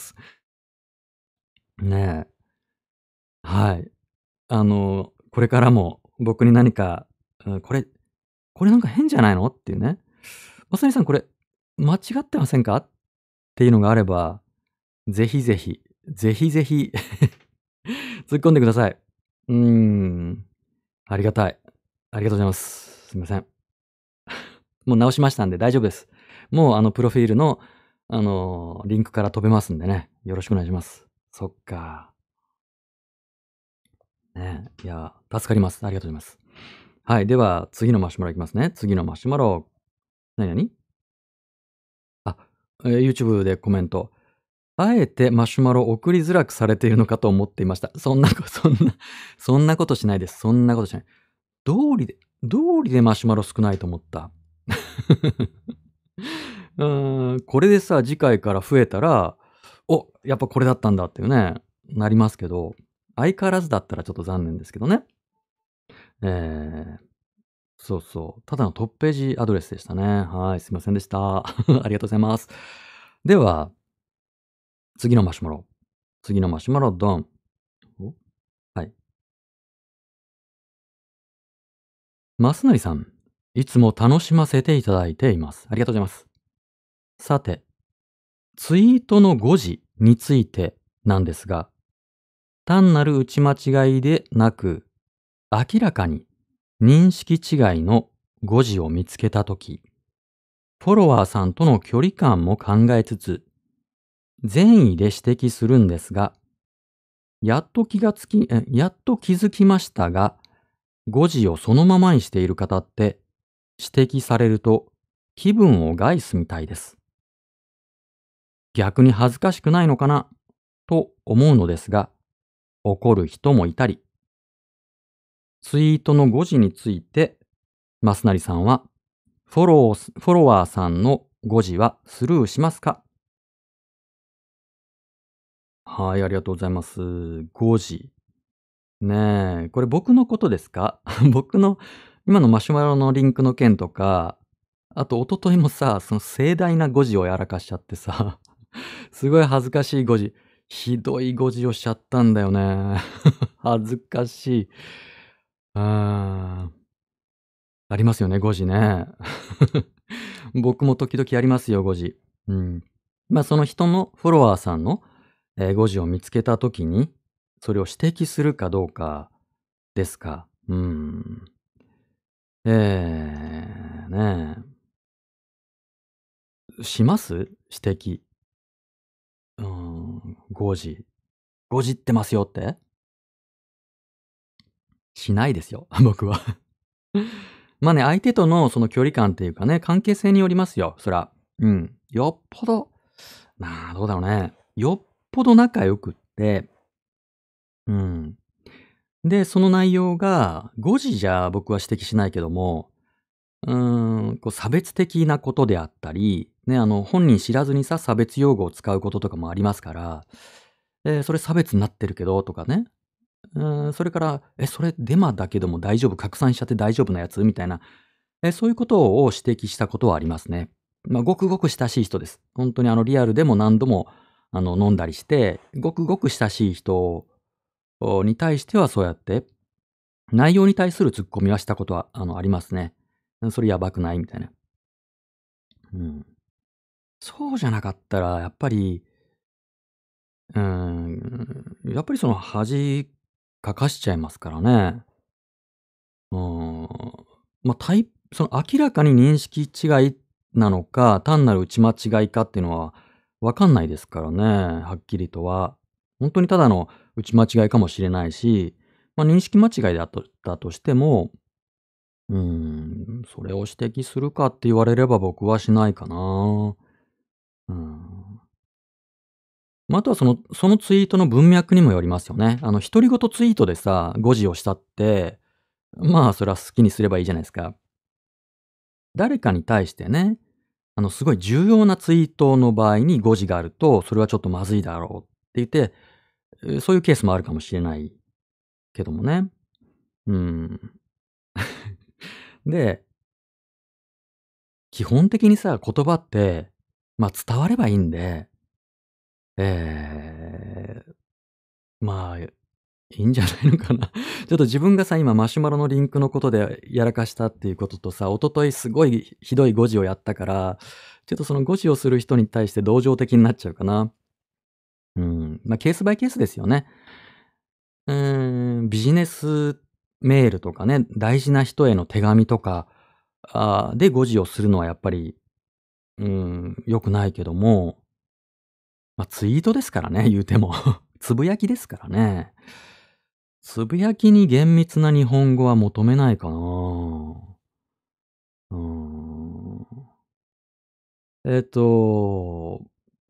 A: ねえ。はい。あの、これからも僕に何か、うん、これこれなんか変じゃないのっていうね。まさにさんこれ間違ってませんかっていうのがあれば、ぜひぜひ、ぜひぜひ突っ込んでください。うーん。ありがたい。ありがとうございます。すいません。もう直しましたんで大丈夫です。もうあのプロフィールの、あの、リンクから飛べますんでね。よろしくお願いします。そっか。ねえ。いや、助かります。ありがとうございます。はい。では、次のマシュマロいきますね。次のマシュマロ。なになにあ、えー YouTube でコメント。あえてマシュマロを送りづらくされているのかと思っていました。そんなこそんなそんなことしないです。そんなことしない。道理で道理でマシュマロ少ないと思った。うーん、これでさ、次回から増えたら、お、やっぱこれだったんだっていうね、なりますけど、相変わらずだったらちょっと残念ですけどね。ええ、そうそう。ただのトップページアドレスでしたね。はい、すいませんでした。ありがとうございます。では、次のマシュマロ。次のマシュマロドン。お、はい。マスナリさん、いつも楽しませていただいています。ありがとうございます。さて、ツイートの誤字についてなんですが、単なる打ち間違いでなく、明らかに認識違いの誤字を見つけたとき、フォロワーさんとの距離感も考えつつ、善意で指摘するんですが、やっと気がつき、えやっと気づきましたが、誤字をそのままにしている方って指摘されると気分を害すみたいです。逆に恥ずかしくないのかなと思うのですが、怒る人もいたり、ツイートの誤字について、マスナリさんはフォロー、フォロワーさんの誤字はスルーしますか？はい、ありがとうございます。誤字。ねえ、これ僕のことですか？僕の今のマシュマロのリンクの件とか、あと一昨日もさ、その盛大な誤字をやらかしちゃってさ、すごい恥ずかしい誤字、ひどい誤字をしちゃったんだよね。恥ずかしい。うーん。ありますよね、誤字ね。僕も時々やりますよ、誤字。うん。まあ、その人のフォロワーさんの、えー誤字を見つけた時に、それを指摘するかどうかですか。うん。ええ、ねえ。します？指摘。うーん、誤字。誤字ってますよって？しないですよ、僕は。まあね、相手とのその距離感っていうかね、関係性によりますよ、そら。うん。よっぽど、まあ、どうだろうね。よっぽど仲良くって、うん。で、その内容が誤字じゃ僕は指摘しないけども、うーん、こう差別的なことであったり、ね、あの、本人知らずにさ、差別用語を使うこととかもありますから、えーそれ差別になってるけどとかね。うーん、それから、え、それデマだけども大丈夫、拡散しちゃって大丈夫なやつみたいな、え、そういうことを指摘したことはありますね。まあ、ごくごく親しい人です。本当にあのリアルでも何度も、あの、飲んだりして、ごくごく親しい人に対してはそうやって、内容に対するツッコミはしたことは、あの、ありますね。それやばくないみたいな。うん。そうじゃなかったら、やっぱり、うーん、やっぱりその恥かかしちゃいますからね。うーん。まあ、たいその明らかに認識違いなのか、単なる打ち間違いかっていうのは分かんないですからね、はっきりとは。ほんとにただの打ち間違いかもしれないし、ま、認識間違いだとだとしても、うーん、それを指摘するかって言われれば僕はしないかな。うん。ま、あとはそのそのツイートの文脈にもよりますよね。あの独り言ツイートでさ、誤字をしたって、まあ、それは好きにすればいいじゃないですか。誰かに対してね、あの、すごい重要なツイートの場合に誤字があると、それはちょっとまずいだろうって言って、え、そういうケースもあるかもしれないけどもね。うん。で、基本的にさ、言葉って、ま、伝わればいいんで、ええ、まあ、いいんじゃないのかな。ちょっと自分がさ、今マシュマロのリンクのことでやらかしたっていうこととさ、一昨日すごいひどい誤字をやったから、ちょっとその誤字をする人に対して同情的になっちゃうかな。うん、ま、ケースバイケースですよね。うーん、ビジネスメールとかね、大事な人への手紙とか、あーで誤字をするのはやっぱり、うーん、良くないけども、ま、ツイートですからね、言うても。つぶやきですからね。つぶやきに厳密な日本語は求めないかな。うーん。えっと、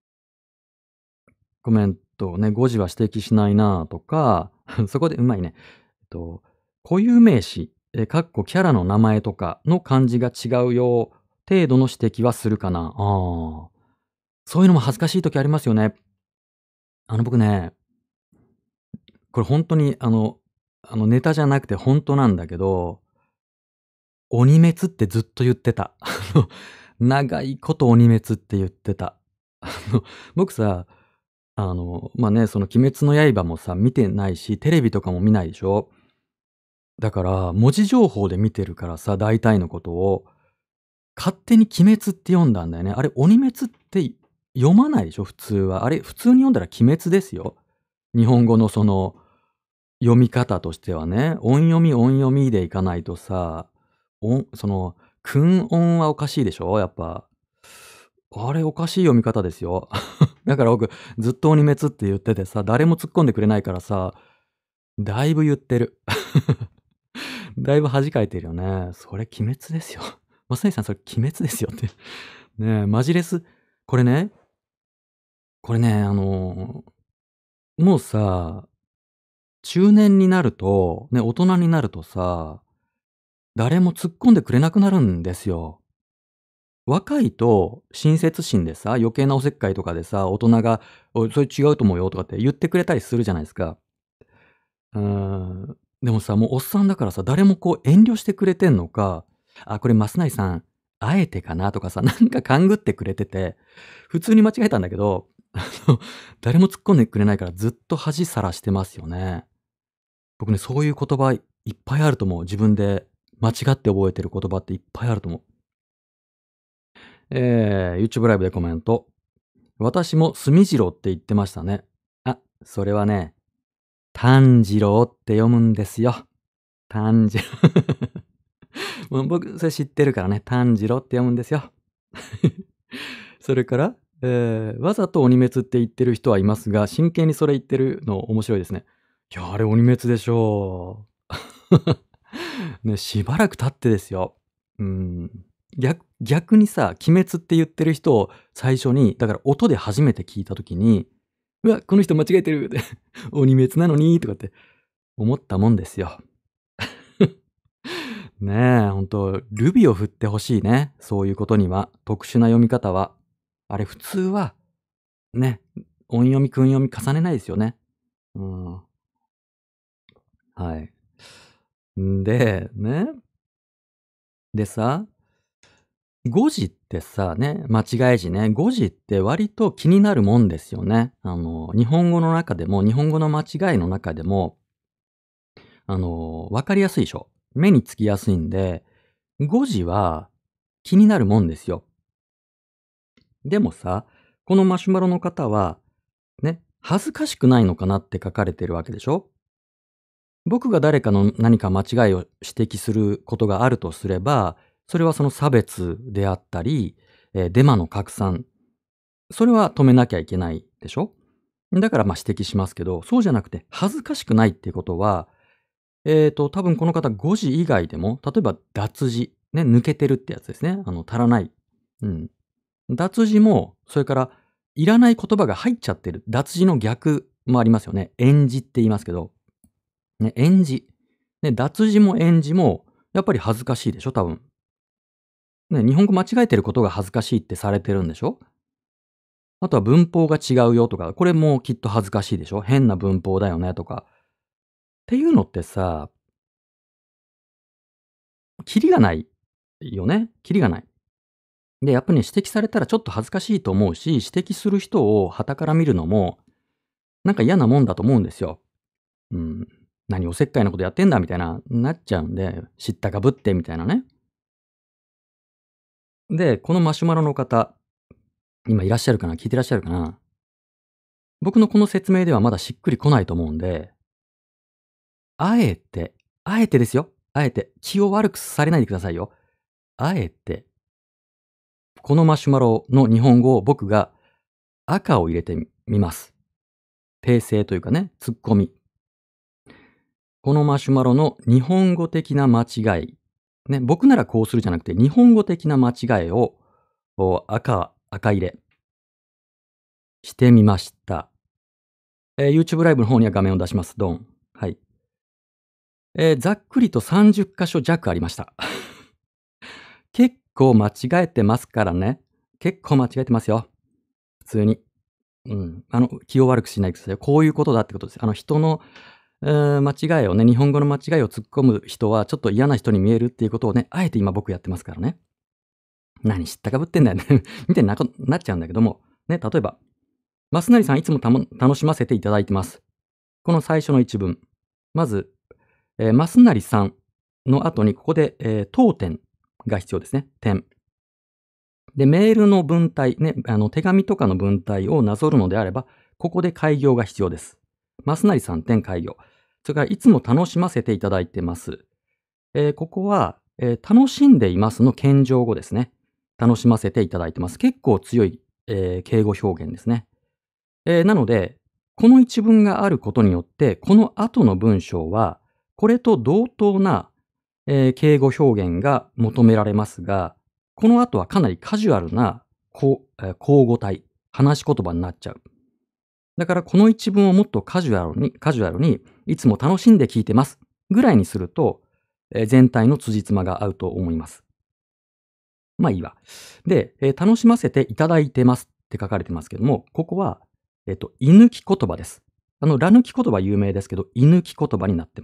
A: コメントね、誤字は指摘しないなとか、そこでうまいね。えっと、固有名詞、え、かっこキャラの名前とかの漢字が違うよ程度の指摘はするかな。ああ。そういうのも恥ずかしい時ありますよね。あの僕ね、これほんとにあのあのネタじゃなくてほんとなんだけど、鬼滅ってずっと言ってた。あの、長いこと鬼滅って言ってた。あの、僕さ、あの、ま、ね、その鬼滅の刃もさ、見てないし、テレビとかも見ないでしょ。だから、文字情報で見てるからさ、大体のことを。勝手に鬼滅って読んだんだよね。あれ、鬼滅って読まないでしょ、普通は。あれ、普通に読んだら鬼滅ですよ。日本語のその、読み方としてはね。音読み、音読みでいかないとさ、おんその、訓音はおかしいでしょ、やっぱ。あれ、おかしい読み方ですよ。だから僕、ずっと鬼滅って言っててさ、誰も突っ込んでくれないからさ、だいぶ言ってる。だいぶ恥かいてるよね。それ鬼滅ですよ。まさにさん、それ鬼滅ですよって。ねえ、マジレスこれね、これね、あの、もうさ、中年になると、ね、大人になるとさ、誰も突っ込んでくれなくなるんですよ。若いと親切心でさ、余計なおせっかいとかでさ、大人が「おい、それ違うと思うよ」とかって言ってくれたりするじゃないですか。うーん。 でもさ、もうおっさんだからさ、誰もこう遠慮してくれてんのか、あ、これ増成さん、あえてかなとかさ、なんか勘ぐってくれてて、普通に間違えたんだけど、あの、誰も突っ込んでくれないからずっと恥さらしてますよね。僕ね、そういう言葉いっぱいあると思う。自分で間違って覚えてる言葉っていっぱいあると思う。えー、YouTube ライブでコメント。私も墨次郎って言ってましたね。あ、それはね、炭治郎って読むんですよ。炭治郎。もう僕、それ知ってるからね、炭治郎って読むんですよ。それから、えー、わざと鬼滅って言ってる人はいますが、真剣にそれ言ってるの面白いですね。いや、あれ鬼滅でしょう。ね、しばらく経ってですよ。うん。逆逆にさ、鬼滅って言ってる人を最初に、だから音で初めて聞いた時に、うわ、この人間違えてるって、鬼滅なのにとかって思ったもんですよ。ねえ、ほんと、ルビを振ってほしいね。そういうことには。特殊な読み方は。あれ普通は、ね、音読み、訓読み重ねないですよね。うん。はい。んで、ね。でさ、誤字ってさ、ね、間違い字ね、誤字って割と気になるもんですよね。あの、日本語の中でも、日本語の間違いの中でも、あの、わかりやすいでしょ。目につきやすいんで、誤字は気になるもんですよ。でもさ、このマシュマロの方は、ね、恥ずかしくないのかなって書かれてるわけでしょ。僕が誰かの何か間違いを指摘することがあるとすれば、それはその差別であったり、えーデマの拡散。それは止めなきゃいけないでしょ。だからまあ指摘しますけど、そうじゃなくて恥ずかしくないっていうことは、えっと、多分この方誤字以外でも、例えば脱字、ね、抜けてるってやつですね。あの、足らない。うん。脱字も、それから、いらない言葉が入っちゃってる。脱字の逆もありますよね。演じって言いますけど、ね、演じ。ね、脱字も演じも、やっぱり恥ずかしいでしょ、多分。ね、日本語間違えてることが恥ずかしいってされてるんでしょ。あとは文法が違うよとか、これもきっと恥ずかしいでしょ。変な文法だよねとか。っていうのってさ、キリがないよね。キリがない。で、やっぱりね、指摘されたらちょっと恥ずかしいと思うし、指摘する人を傍から見るのも、なんか嫌なもんだと思うんですよ。うん。何おせっかいなことやってんだみたいな、なっちゃうんで、知ったかぶってみたいなね。で、このマシュマロの方、今いらっしゃるかな、聞いてらっしゃるかな。僕のこの説明ではまだしっくりこないと思うんで、あえて、あえてですよ。あえて、気を悪くされないでくださいよ。あえて、このマシュマロの日本語を僕が赤を入れてみます。訂正というかね、ツッコミ。このマシュマロの日本語的な間違い。ね、僕ならこうするじゃなくて、日本語的な間違いをお赤、赤入れしてみました。えー YouTube ライブの方には画面を出します。ドン。はい。えーざっくりとさんじゅっ箇所弱ありました。結構間違えてますからね。結構間違えてますよ。普通に。うん。あの、気を悪くしないでくださいよ。こういうことだってことです。あの、人の、えー間違いをね、日本語の間違いを突っ込む人は、ちょっと嫌な人に見えるっていうことをね、あえて今僕やってますからね。何知ったかぶってんだよね。みたいになこなっちゃうんだけども、ね、例えば、マスナリさんいつもたも楽しませていただいてます。この最初の一文。まず、えー、マスナリさんの後にここで、えー、当点が必要ですね。点。で、メールの文体、ね、あの、手紙とかの文体をなぞるのであれば、ここで開業が必要です。マスナリさん点開業。それから、いつも楽しませていただいてます。えーここは、えー楽しんでいますの謙譲語ですね。楽しませていただいてます。結構強い、えー敬語表現ですね。えーなので、この一文があることによって、この後の文章は、これと同等な、えー敬語表現が求められますが、この後はかなりカジュアルなこうえー口語体、話し言葉になっちゃう。だからこの一文をもっとカジュアルに、カジュアルに、いつも楽しんで聞いてますぐらいにすると、えー全体の辻褄が合うと思います。まあいいわ。で、えー楽しませていただいてますって書かれてますけども、ここは、えっと、居抜き言葉です。あの、ら抜き言葉有名ですけど、居抜き言葉になってます。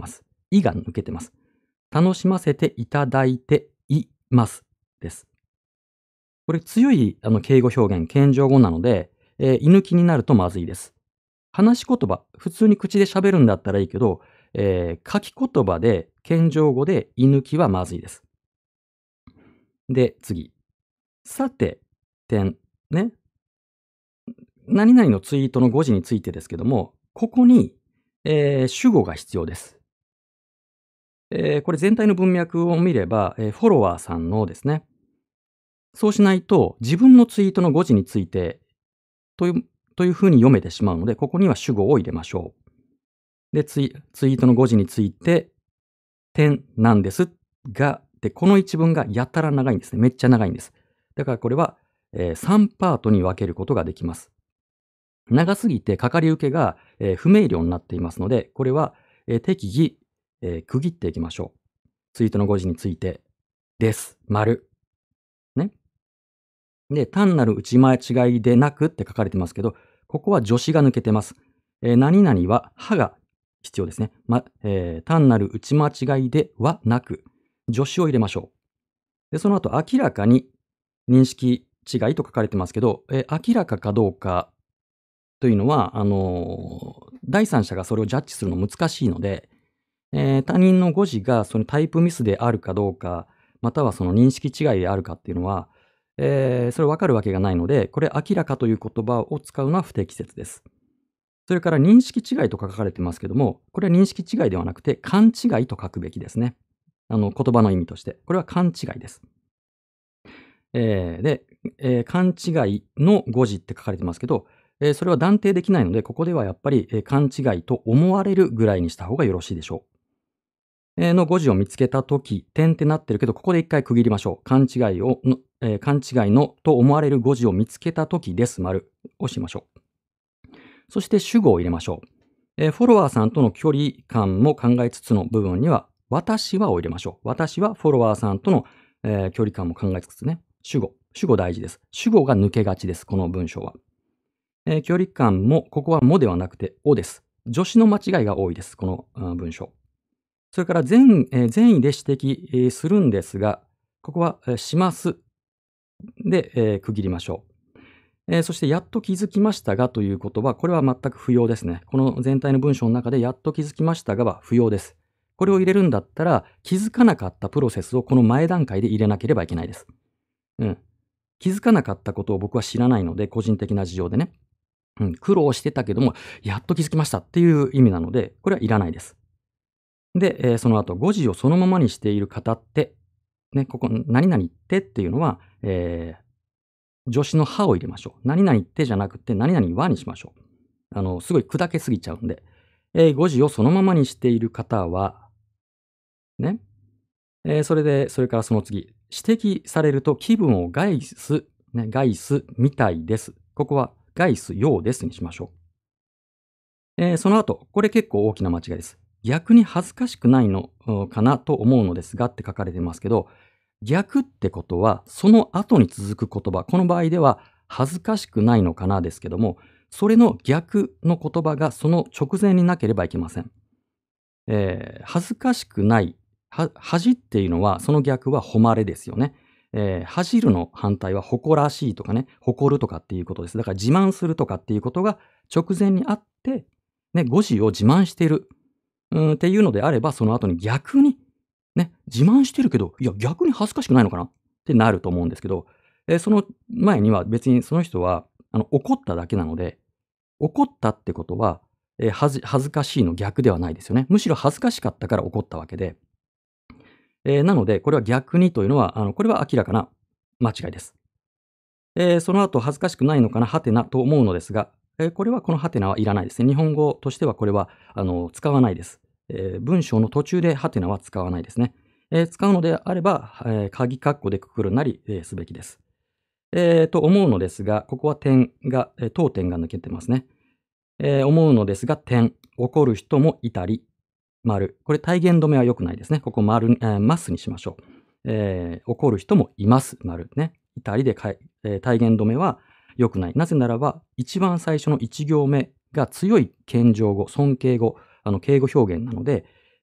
A: いが抜けてます。楽しませていただいていますです。これ強いあの敬語表現、謙譲語なので、えー、居抜きになるとまずいです。話し言葉、普通に口で喋るんだったらいいけど、えー書き言葉で、謙譲語で居抜きはまずいです。で、次。さて、点。ね。何々のツイートの誤字についてですけども、ここに、えー主語が必要です。えーこれ全体の文脈を見れば、えーフォロワーさんのですね。そうしないと、自分のツイートの誤字についてという、というふうに読めてしまうので、ここには主語を入れましょう。で、ツイツイートの誤字について、点なんですが、で、この一文がやたら長いんですね。めっちゃ長いんです。だからこれは、えーさんパートに分けることができます。長すぎてかかり受けが、えー不明瞭になっていますので、これは、えー適宜、えー区切っていきましょう。ツイートの誤字について、です。丸。ね。で、単なる打ち間違いでなくって書かれてますけど、ここは助詞が抜けてます。えー何々は、はが必要ですね。ま、えー単なる打ち間違いではなく、助詞を入れましょう。で、その後、明らかに認識違いと書かれてますけど、えー明らかかどうかというのは、あのー第三者がそれをジャッジするの難しいので、えー他人の誤字がそのタイプミスであるかどうか、またはその認識違いであるかっていうのは、えーそれ分かるわけがないので、これ明らかという言葉を使うのは不適切です。それから認識違いと書かれてますけども、これは認識違いではなくて勘違いと書くべきですね。あの言葉の意味として。これは勘違いです。えーで、えー勘違いの誤字って書かれてますけど、えーそれは断定できないので、ここではやっぱり、えー勘違いと思われるぐらいにした方がよろしいでしょう。えーの誤字を見つけたとき、点ってなってるけど、ここで一回区切りましょう。勘違いをの、えー勘違いのと思われる誤字を見つけたときです。丸をしましょう。そして主語を入れましょう。えーフォロワーさんとの距離感も考えつつの部分には、私はを入れましょう。私はフォロワーさんとの、えー距離感も考えつつね。主語。主語大事です。主語が抜けがちです。この文章は。えー距離感も、ここはもではなくておです。助詞の間違いが多いです。このあ文章。それから善、えー善意で指摘えーするんですが、ここは、えーしますで、えー区切りましょう。えーそして、やっと気づきましたがという言葉、これは全く不要ですね。この全体の文章の中で、やっと気づきましたがは不要です。これを入れるんだったら、気づかなかったプロセスをこの前段階で入れなければいけないです。うん。気づかなかったことを僕は知らないので、個人的な事情でね。うん、苦労してたけども、やっと気づきましたっていう意味なので、これはいらないです。で、えーその後、誤字をそのままにしている方って、ね、ここ、何々ってっていうのは、えー助詞のはを入れましょう。何々ってじゃなくて、何々はにしましょう。あの、すごい砕けすぎちゃうんで。えー誤字をそのままにしている方は、ね。えーそれで、それからその次。指摘されると気分を害す、ね、害すみたいです。ここは害すようですにしましょう。えーその後、これ結構大きな間違いです。逆に恥ずかしくないのうんかなと思うのですがって書かれてますけど、逆ってことは、その後に続く言葉、この場合では、恥ずかしくないのかなですけども、それの逆の言葉がその直前になければいけません。えー恥ずかしくない、は恥っていうのは、その逆は誉れですよね。えー恥じるの反対は誇らしいとかね、誇るとかっていうことです。だから自慢するとかっていうことが直前にあって、ね、誤字を自慢している、うんっていうのであれば、その後に逆にね、自慢してるけど、いや、逆に恥ずかしくないのかなってなると思うんですけど、えーその前には別にその人は、あの、怒っただけなので、怒ったってことは、えー恥ず恥ずかしいの逆ではないですよね。むしろ恥ずかしかったから怒ったわけで、えーなので、これは逆にというのは、あの、これは明らかな間違いです。えーその後、恥ずかしくないのかな、はてなと思うのですが、えーこれはこのはてなはいらないですね。日本語としてはこれは、あの、使わないです。えー文章の途中ではてなは使わないですね。えー使うのであれば、えー鍵括弧でくくるなり、えーすべきです。えーと思うのですが、ここは点が、えー当点が抜けてますね。えー思うのですが、点。怒る人もいたり、丸。これ体言止めは良くないですね。ここ丸に、えーますにしましょう。えー怒る人もいます。丸。ね。いたりでかい、えー体言止めは良くない。なぜならば、一番最初の一行目が強い謙譲語、尊敬語、あの敬語表現なので、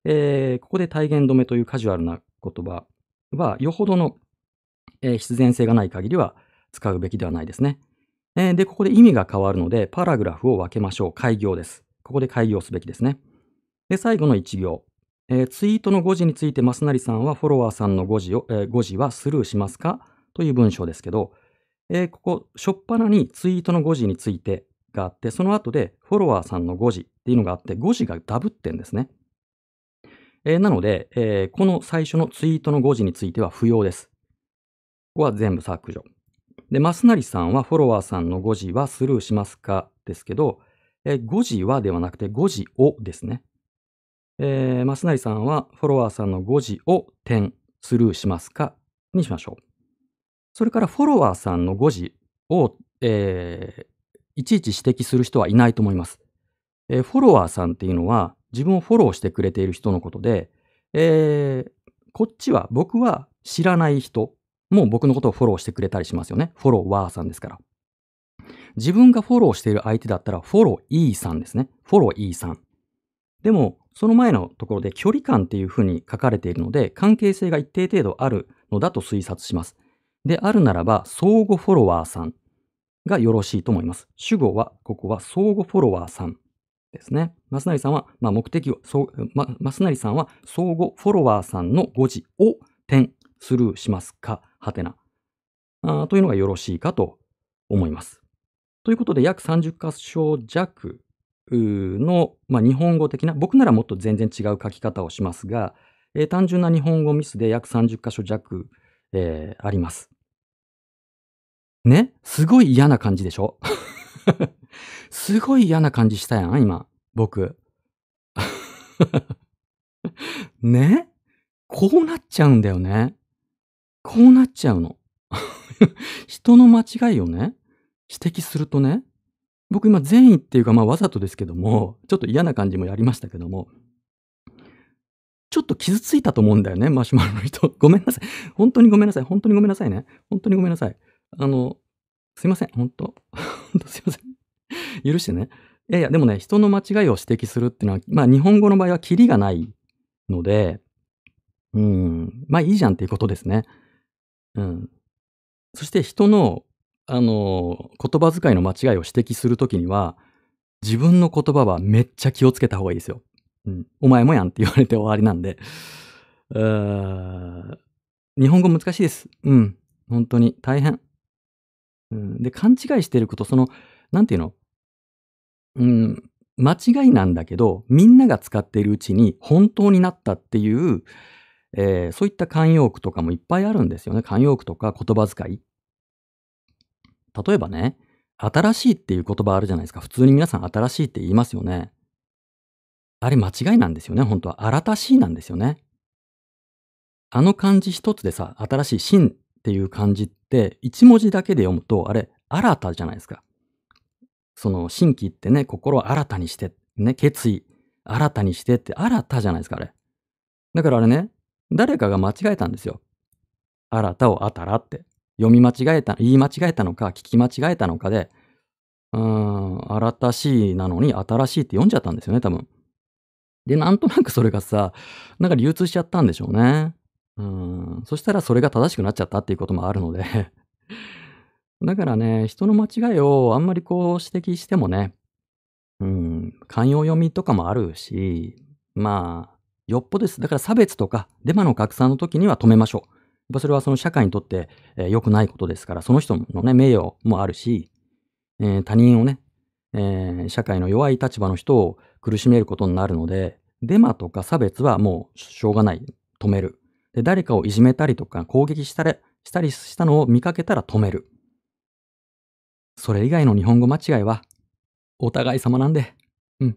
A: えーここで体言止めというカジュアルな言葉は、よほどの、えー必然性がない限りは使うべきではないですね。えーで、ここで意味が変わるので、パラグラフを分けましょう。開業です。ここで開業すべきですね。で、最後のいち行。えーツイートの誤字について、増成さんはフォロワーさんの誤字を、えー誤字はスルーしますかという文章ですけど、えーここ、しょっぱなにツイートの誤字についてがあって、その後でフォロワーさんの誤字っていうのがあって、誤字がダブってんですね。えーなので、えーこの最初のツイートの誤字については不要です。ここは全部削除。で、増成さんはフォロワーさんの誤字はスルーしますかですけど、えー誤字はではなくて誤字をですね。えー、増成さんはフォロワーさんの誤字を点スルーしますかにしましょう。それからフォロワーさんの誤字を、えーいちいち指摘する人はいないと思います。えーフォロワーさんっていうのは自分をフォローしてくれている人のことで、えーこっちは僕は知らない人も僕のことをフォローしてくれたりしますよね。フォロワーさんですから。自分がフォローしている相手だったらフォローイーさんですね。フォローイーさん。でも、その前のところで距離感っていうふうに書かれているので、関係性が一定程度あるのだと推察します。であるならば、相互フォロワーさんがよろしいと思います。主語は、ここは相互フォロワーさんですね。増成さんは、まあ、目的を、そうま、増成さんは相互フォロワーさんの誤字を点スルーしますかはてなあーというのがよろしいかと思います。ということで、約さんじゅっ箇所弱の、まあ、日本語的な、僕ならもっと全然違う書き方をしますが、えー単純な日本語ミスで約さんじゅっ箇所弱、えーあります。ね、すごい嫌な感じでしょすごい嫌な感じしたやん、今、僕。ね、こうなっちゃうんだよね。こうなっちゃうの。人の間違いをね、指摘するとね、僕今善意っていうか、まあわざとですけども、ちょっと嫌な感じもやりましたけども、ちょっと傷ついたと思うんだよね、マシュマロの人。ごめんなさい。本当にごめんなさい。本当にごめんなさいね。本当にごめんなさい。あの、すいません。本当。本当すいません。許してね。いやいや、でもね、人の間違いを指摘するっていうのは、まあ日本語の場合はキリがないので、うん、まあいいじゃんっていうことですね。うん。そして人の、あの、言葉遣いの間違いを指摘するときには、自分の言葉はめっちゃ気をつけた方がいいですよ。うん。お前もやんって言われて終わりなんで。うーん。日本語難しいです。うん。本当に大変。うん。で、勘違いしてること、その、なんていうの、うん、間違いなんだけど、みんなが使っているうちに本当になったっていう、えーそういった慣用句とかもいっぱいあるんですよね。慣用句とか言葉遣い。例えばね、新しいっていう言葉あるじゃないですか。普通に皆さん新しいって言いますよね。あれ間違いなんですよね、本当は。新たしいなんですよね。あの漢字一つでさ、新しい新っていう漢字って一文字だけで読むと、あれ、新たじゃないですか。その新規ってね、心を新たにして、ね、決意、新たにしてって新たじゃないですか、あれ。だからあれね、誰かが間違えたんですよ。新たをあたらって。読み間違えた、言い間違えたのか、聞き間違えたのかで、うーん、新たしいなのに新しいって読んじゃったんですよね、多分。で、なんとなくそれがさ、なんか流通しちゃったんでしょうね。うん。そしたらそれが正しくなっちゃったっていうこともあるのでだからね、人の間違いをあんまりこう指摘してもね、うん、慣用読みとかもあるし、まあ、よっぽどです。だから差別とかデマの拡散の時には止めましょう。やっぱそれはその社会にとって、えー良くないことですから、その人のね、名誉もあるし、えー他人をね、えー社会の弱い立場の人を苦しめることになるので、デマとか差別はもうしょうがない。止める。で、誰かをいじめたりとか攻撃したりしたりしたのを見かけたら止める。それ以外の日本語間違いはお互い様なんで。うん。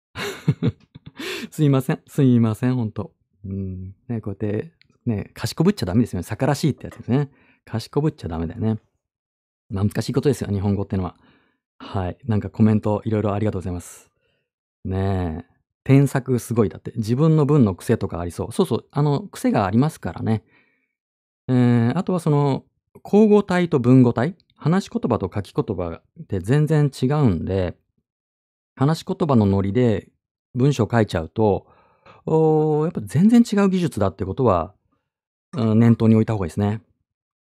A: すいません。すいません、ほんと。うん。ね、こうやって、ね、賢ぶっちゃダメですよね。逆らしいってやつですね。賢ぶっちゃダメだよね。まあ、難しいことですよ、日本語ってのは。はい。なんかコメントいろいろありがとうございます。ねえ。添削すごいだって。自分の文の癖とかありそう。そうそう。あの、癖がありますからね。えー、あとはその、口語体と文語体。話し言葉と書き言葉って全然違うんで、話し言葉のノリで文章書いちゃうと、 おーやっぱ全然違う技術だってことは、うん、念頭に置いた方がいいですね。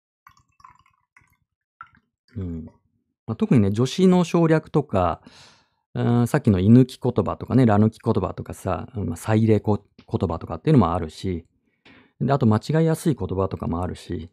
A: うん。まあ、特にね、助詞の省略とか、うん、さっきの居抜き言葉とかね、ら抜き言葉とかさ、うんまあ、再入れこ言葉とかっていうのもあるし、で、あと間違いやすい言葉とかもあるし、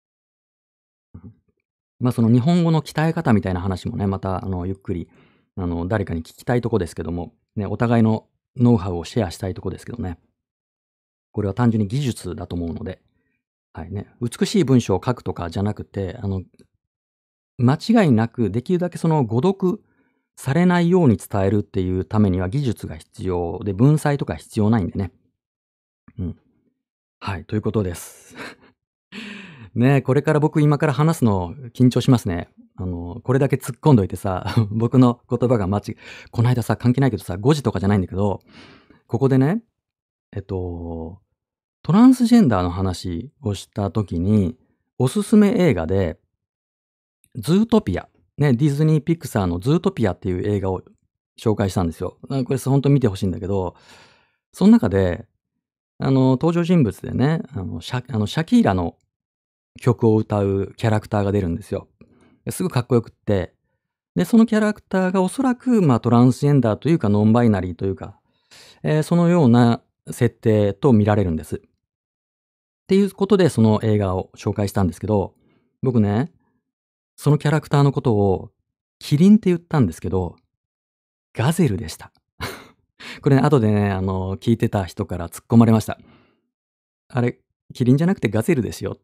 A: ま、その日本語の鍛え方みたいな話もね、またあのゆっくり、あの誰かに聞きたいとこですけども、ね、お互いのノウハウをシェアしたいとこですけどね。これは単純に技術だと思うので、はいね。美しい文章を書くとかじゃなくて、あの、間違いなくできるだけその誤読されないように伝えるっていうためには技術が必要で、文才とか必要ないんでね。うん。はい、ということです。ねえ、これから僕今から話すの緊張しますね。あの、これだけ突っ込んどいてさ、僕の言葉が間違この間さ、関係ないけどさ、誤字とかじゃないんだけど、ここでね、えっと、トランスジェンダーの話をした時に、おすすめ映画で、ズートピア、ね、ディズニーピクサーのズートピアっていう映画を紹介したんですよ。あ、これほんと見て欲しいんだけど、そん中で、あの、登場人物でね、あの、シャあの、シャキーラの曲を歌うキャラクターが出るんですよ。すごくかっこよくって、で、そのキャラクターがおそらく、まあ、トランスジェンダーというか、ノンバイナリーというか、えーそのような設定と見られるんです。っていうことで、その映画を紹介したんですけど、僕ね、そのキャラクターのことをキリンって言ったんですけど、ガゼルでした。これね、後でね、あの、聞いてた人から突っ込まれました。あれ、キリンじゃなくてガゼルですよ。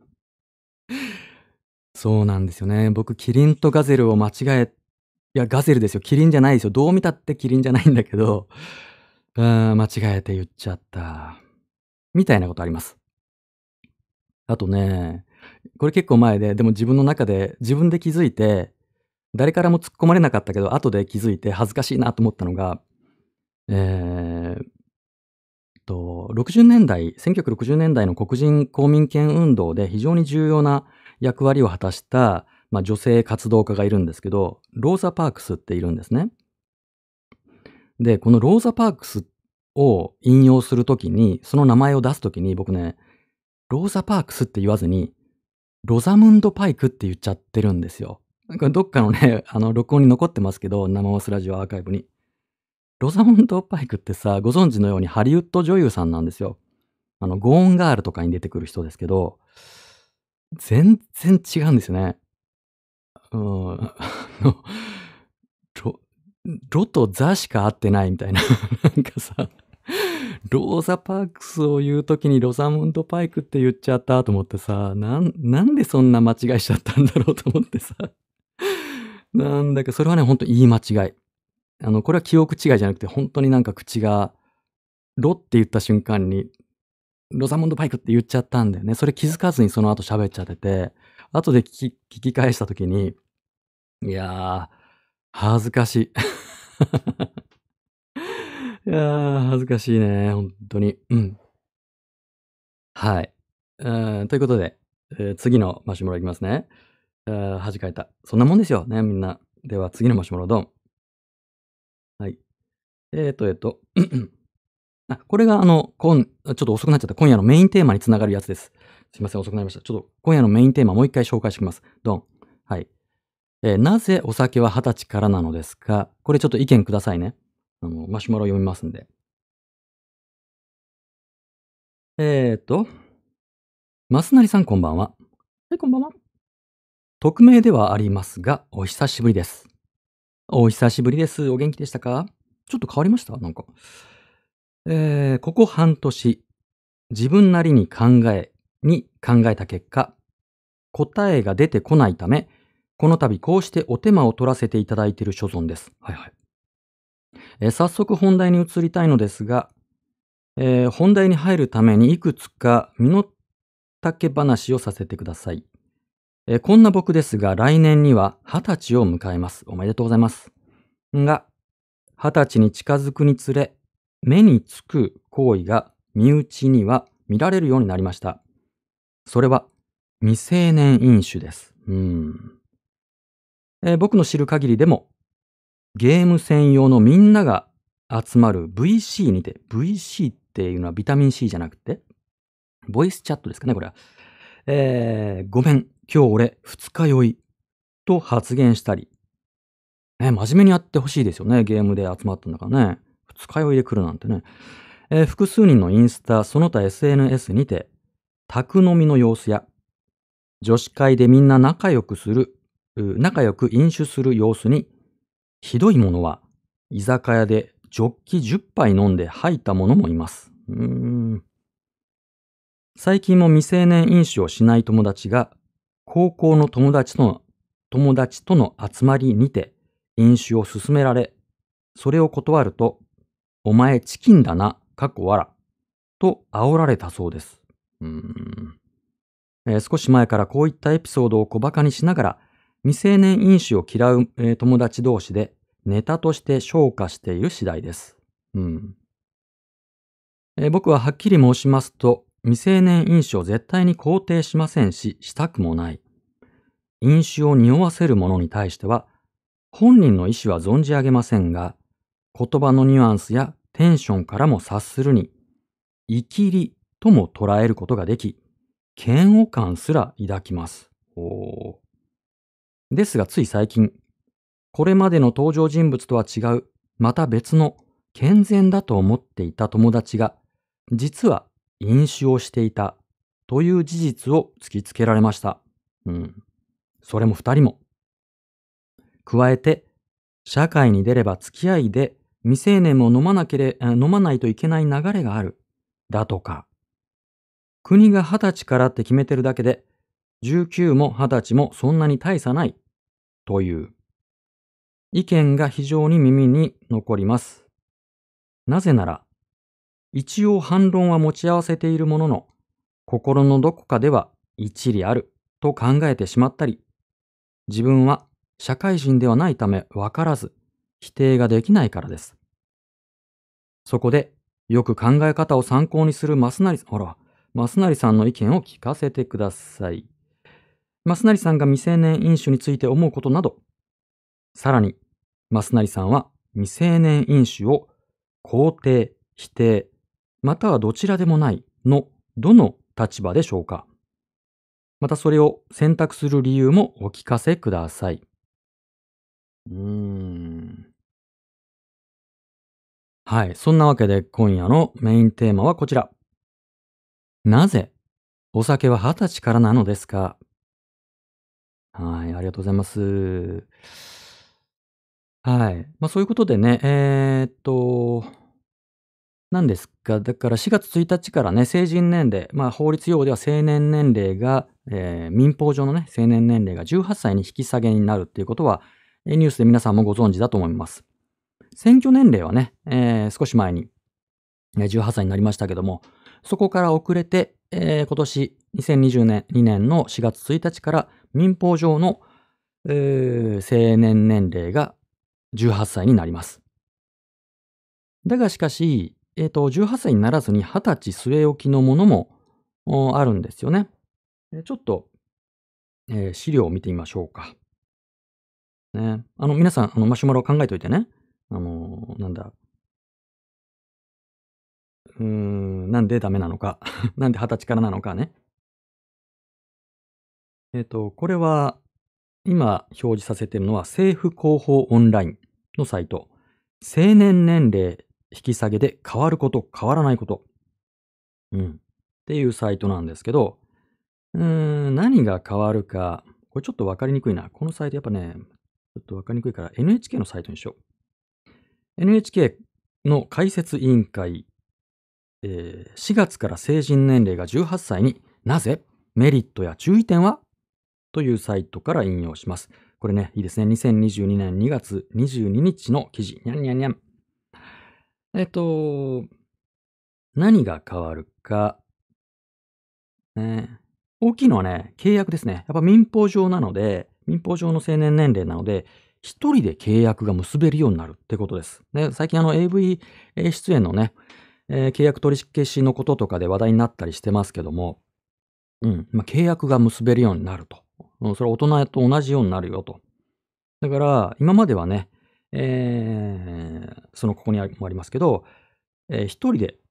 A: そうなんですよね。僕、キリンとガゼルを間違えいや、ガゼルですよ。キリンじゃないですよ。どう見たってキリンじゃないんだけど、うーん、間違えて言っちゃった。みたいなことあります。あとね、これ結構前で、でも自分の中で自分で気づいて、誰からも突っ込まれなかったけど、後で気づいて恥ずかしいなと思ったのが、えーっと、ろくじゅうねんだい、せんきゅうひゃくろくじゅうねんだいの黒人公民権運動で非常に重要な役割を果たした、まあ、女性活動家がいるんですけど、ローザ・パークスっているんですね。で、このローザ・パークスを引用するときに、その名前を出すときに、僕ね、ローザ・パークスって言わずに、ロザムンド・パイクって言っちゃってるんですよ。なんかどっかのね、あの、録音に残ってますけど、生マスラジオアーカイブに。ロザムンド・パイクってさ、ご存知のようにハリウッド女優さんなんですよ。あの、ゴーンガールとかに出てくる人ですけど、全然違うんですよね。うん、あの、ロロとザしか合ってないみたいな。なんかさ、ローザパークスを言う時にロザムンドパイクって言っちゃったと思ってさ、なんなんでそんな間違いしちゃったんだろうと思ってさ。なんだかそれはね、ほんと言い間違い。あの、これは記憶違いじゃなくて、ほんとになんか口が、ロって言った瞬間に、ロザムンドパイクって言っちゃったんだよね。それ気づかずにその後喋っちゃってて、後で聞き聞き返した時に、いや、恥ずかしい。いや、恥ずかしいね、ほんとに。うん。はい。うーん、ということで、え、次のマシュマロいきますね。ああ、恥かいた。そんなもんですよね、みんな。では次のマシュマロドン。はい。えっとえっと、あ、これがあの、こんちょっと遅くなっちゃった。今夜のメインテーマに繋がるやつです。すいません、遅くなりました。ちょっと今夜のメインテーマもう一回紹介しておきます。ドン。はい。え、なぜお酒ははたちからなのですか？これちょっと意見くださいね。あの、マシュマロ読みますんで。えっと、マスナリさんこんばんは。はい、こんばんは。匿名ではありますが、お久しぶりです。お久しぶりです。お元気でしたか？ちょっと変わりました？なんか。えーここ半年、自分なりに考えに考えた結果、答えが出てこないため、この度こうしてお手間を取らせていただいている所存です。はいはい。えー早速本題に移りたいのですが、えー本題に入るためにいくつか身の丈話をさせてください。えーこんな僕ですが、来年にははたちを迎えます。おめでとうございます。が、はたちに近づくにつれ、目につく行為が身内には見られるようになりました。それは未成年飲酒です。うん、えー僕の知る限りでも、ゲーム専用のみんなが集まる ブイシー にて、ブイシー っっていうのはビタミン C じゃなくて、ボイスチャットですかね、これは。えー、ごめん、今日俺二日酔いと発言したり、ね、真面目にやってほしいですよね。ゲームで集まったんだからね。二日酔いで来るなんてね。えー複数人のインスタ、その他 エスエヌエス にて、宅飲みの様子や、女子会でみんな仲良くする、う仲良く飲酒する様子に、ひどいものは、居酒屋でジョッキじゅっぱい飲んで吐いた者もいます。うーん。最近も未成年飲酒をしない友達が、高校の友達との、友達との集まりにて、飲酒を勧められ、それを断ると、お前チキンだな、かっこわら、と煽られたそうです。うーん。えー少し前からこういったエピソードを小馬鹿にしながら、未成年飲酒を嫌う、えー友達同士でネタとして消化している次第です。うん。えー僕ははっきり申しますと、未成年飲酒を絶対に肯定しませんし、したくもない。飲酒を匂わせる者に対しては、本人の意思は存じ上げませんが、言葉のニュアンスやテンションからも察するに、イキリとも捉えることができ、嫌悪感すら抱きます。おーですがつい最近、これまでの登場人物とは違う、また別の健全だと思っていた友達が、実は飲酒をしていたという事実を突きつけられました。うん。それも二人も。加えて、社会に出れば付き合いで未成年も飲まなけれあ飲まないといけない流れがある。だとか。国が二十歳からって決めてるだけで、じゅうきゅうも二十歳もそんなに大差ない。という意見が非常に耳に残ります。なぜなら、一応反論は持ち合わせているものの、心のどこかでは一理あると考えてしまったり、自分は社会人ではないため分からず、否定ができないからです。そこで、よく考え方を参考にする増成さん、ほら、増成さんの意見を聞かせてください。増成さんが未成年飲酒について思うことなど、さらに、増成さんは未成年飲酒を肯定、否定、またはどちらでもないのどの立場でしょうか。またそれを選択する理由もお聞かせください。うーん。はい。そんなわけで今夜のメインテーマはこちら。なぜお酒は二十歳からなのですか？はい。ありがとうございます。はい。まあそういうことでね、えーっと、なんですか、だからしがつついたちからね、成人年齢、まあ法律用語では成年年齢が、えー民法上のね、成年年齢がじゅうはっさいに引き下げになるっていうことは、えーニュースで皆さんもご存知だと思います。選挙年齢はね、えー少し前にえーじゅうはっさいになりましたけども、そこから遅れて、えー今年にせんにじゅうねんにねんのしがつついたちから民法上の、えー成年年齢がじゅうはっさいになります。だがしかし、えっと、じゅうはっさいにならずにはたち据え置きのものもおあるんですよね。えーちょっと、えー資料を見てみましょうか。ね。あの、皆さん、あの、マシュマロを考えておいてね。あのーなんだ。うーん、なんでダメなのか。なんではたちからなのかね。えっと、これは、今表示させているのは政府広報オンラインのサイト。成年年齢引き下げで変わること、変わらないこと。うん。っていうサイトなんですけど、うーん、何が変わるか、これちょっとわかりにくいな。このサイトやっぱね、ちょっとわかりにくいから エヌエイチケー のサイトにしよう。エヌエイチケー の開設委員会、えーしがつから成人年齢がじゅうはっさいになぜメリットや注意点はというサイトから引用します。これね、いいですね。にせんにじゅうにねんにがつにじゅうににちの記事。にゃんにゃんにゃん。えっと、何が変わるか。ね、大きいのはね、契約ですね。やっぱ民法上なので、民法上の成年年齢なので、一人で契約が結べるようになるってことです。ね、最近あの エーブイ 出演のね、えー契約取り消しのこととかで話題になったりしてますけども、うん、まあ、契約が結べるようになると。うん、それは大人と同じようになるよと。だから、今まではね、えーそのここにあもありますけど、えー一人で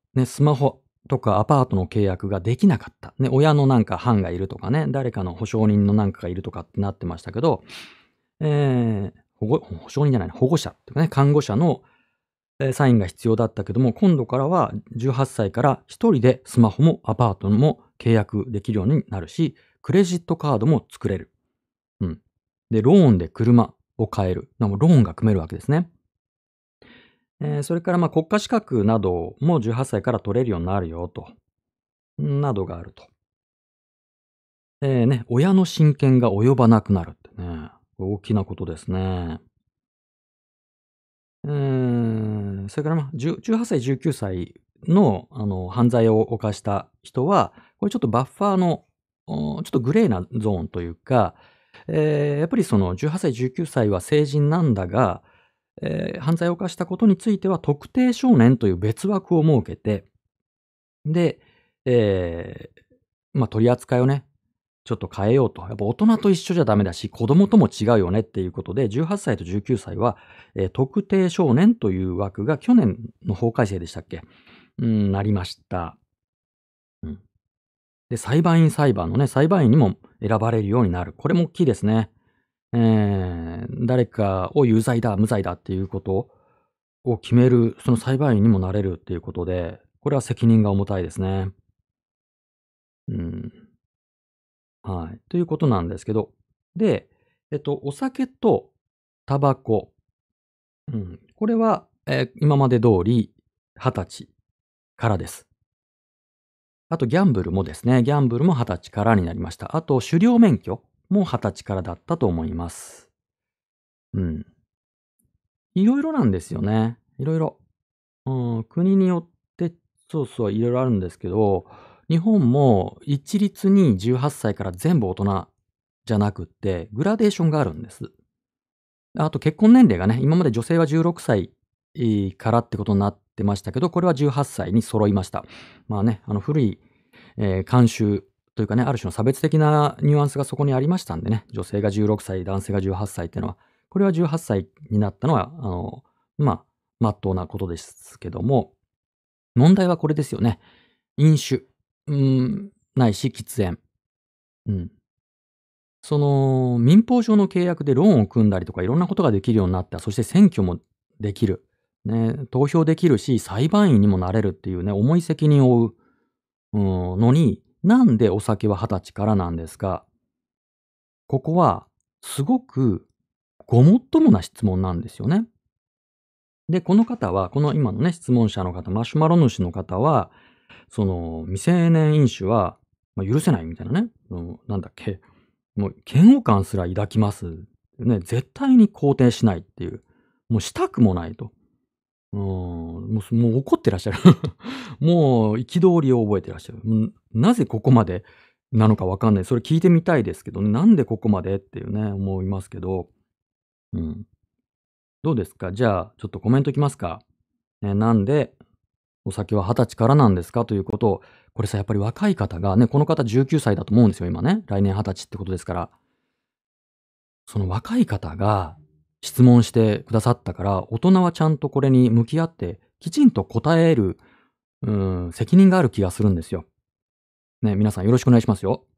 A: ね、スマホとかアパートの契約ができなかった。ね、親のなんか班がいるとかね、誰かの保証人のなんかがいるとかってなってましたけど、えー保護保証人じゃないな、保護者っていうかね、看護者の、えーサインが必要だったけども、今度からはじゅうはっさいから一人でスマホもアパートも契約できるようになるし、クレジットカードも作れる。うん。で、ローンで車を買える。なもうローンが組めるわけですね。えーそれからまあ国家資格などもじゅうはっさいから取れるようになるよと。などがあると。えーね、親の親権が及ばなくなるってね。大きなことですね。うーん、それからまあ、じゅうじゅうはっさい、じゅうきゅうさいの、あの、犯罪を犯した人は、これちょっとバッファーの、おちょっとグレーなゾーンというか、えーやっぱりそのじゅうはっさい、じゅうきゅうさいは成人なんだが、えー犯罪を犯したことについては特定少年という別枠を設けて、で、えーまあ、取り扱いをね、ちょっと変えようと。やっぱ大人と一緒じゃダメだし、子供とも違うよねっていうことで、じゅうはっさいとじゅうきゅうさいは、えー特定少年という枠が去年の法改正でしたっけうん、なりました。うん。で、裁判員裁判のね、裁判員にも選ばれるようになる。これも大きいですね。えー誰かを有罪だ、無罪だっていうことを決める、その裁判員にもなれるっていうことで、これは責任が重たいですね。うん。はい。ということなんですけど、で、えっと、お酒とタバコ、うん、これは、えー今まで通りはたちからです。あとギャンブルもですね、ギャンブルもはたちからになりました。あと狩猟免許もはたちからだったと思います。うん。いろいろなんですよね。いろいろ。うん、国によって、そうそう、いろいろあるんですけど、日本も一律にじゅうはっさいから全部大人じゃなくって、グラデーションがあるんです。あと結婚年齢がね、今まで女性はじゅうろくさいからってことになってましたけど、これはじゅうはっさいに揃いました。まあね、あの古い、えー慣習というかね、ある種の差別的なニュアンスがそこにありましたんでね、女性がじゅうろくさい、男性がじゅうはっさいっていうのは、これはじゅうはっさいになったのは、あの、まあ、まっとうなことですけども、問題はこれですよね。飲酒、うーん、ないし喫煙。うん。その、民法上の契約でローンを組んだりとかいろんなことができるようになった。そして選挙もできる。ね、投票できるし、裁判員にもなれるっていうね、重い責任を負う、うん、のに、なんでお酒ははたちからなんですか？ここは、すごくごもっともな質問なんですよね。で、この方は、この今のね、質問者の方、マシュマロ主の方は、その、未成年飲酒は、まあ、許せないみたいなね、うん、なんだっけ、もう嫌悪感すら抱きます。ね、絶対に肯定しないっていう。もうしたくもないと。うーん、もう、もう怒ってらっしゃる。もう憤りを覚えてらっしゃる。うん、なぜここまでなのかわかんない。それ聞いてみたいですけどね、なんでここまでっていうね、思いますけど。うん。どうですか？じゃあ、ちょっとコメントいきますか？ね、なんでお酒ははたちからなんですかということを、これさ、やっぱり若い方がね、この方じゅうきゅうさいだと思うんですよ、今ね。来年はたちってことですから。その若い方が質問してくださったから、大人はちゃんとこれに向き合って、きちんと答える、うん、責任がある気がするんですよ。ね、皆さんよろしくお願いしますよ。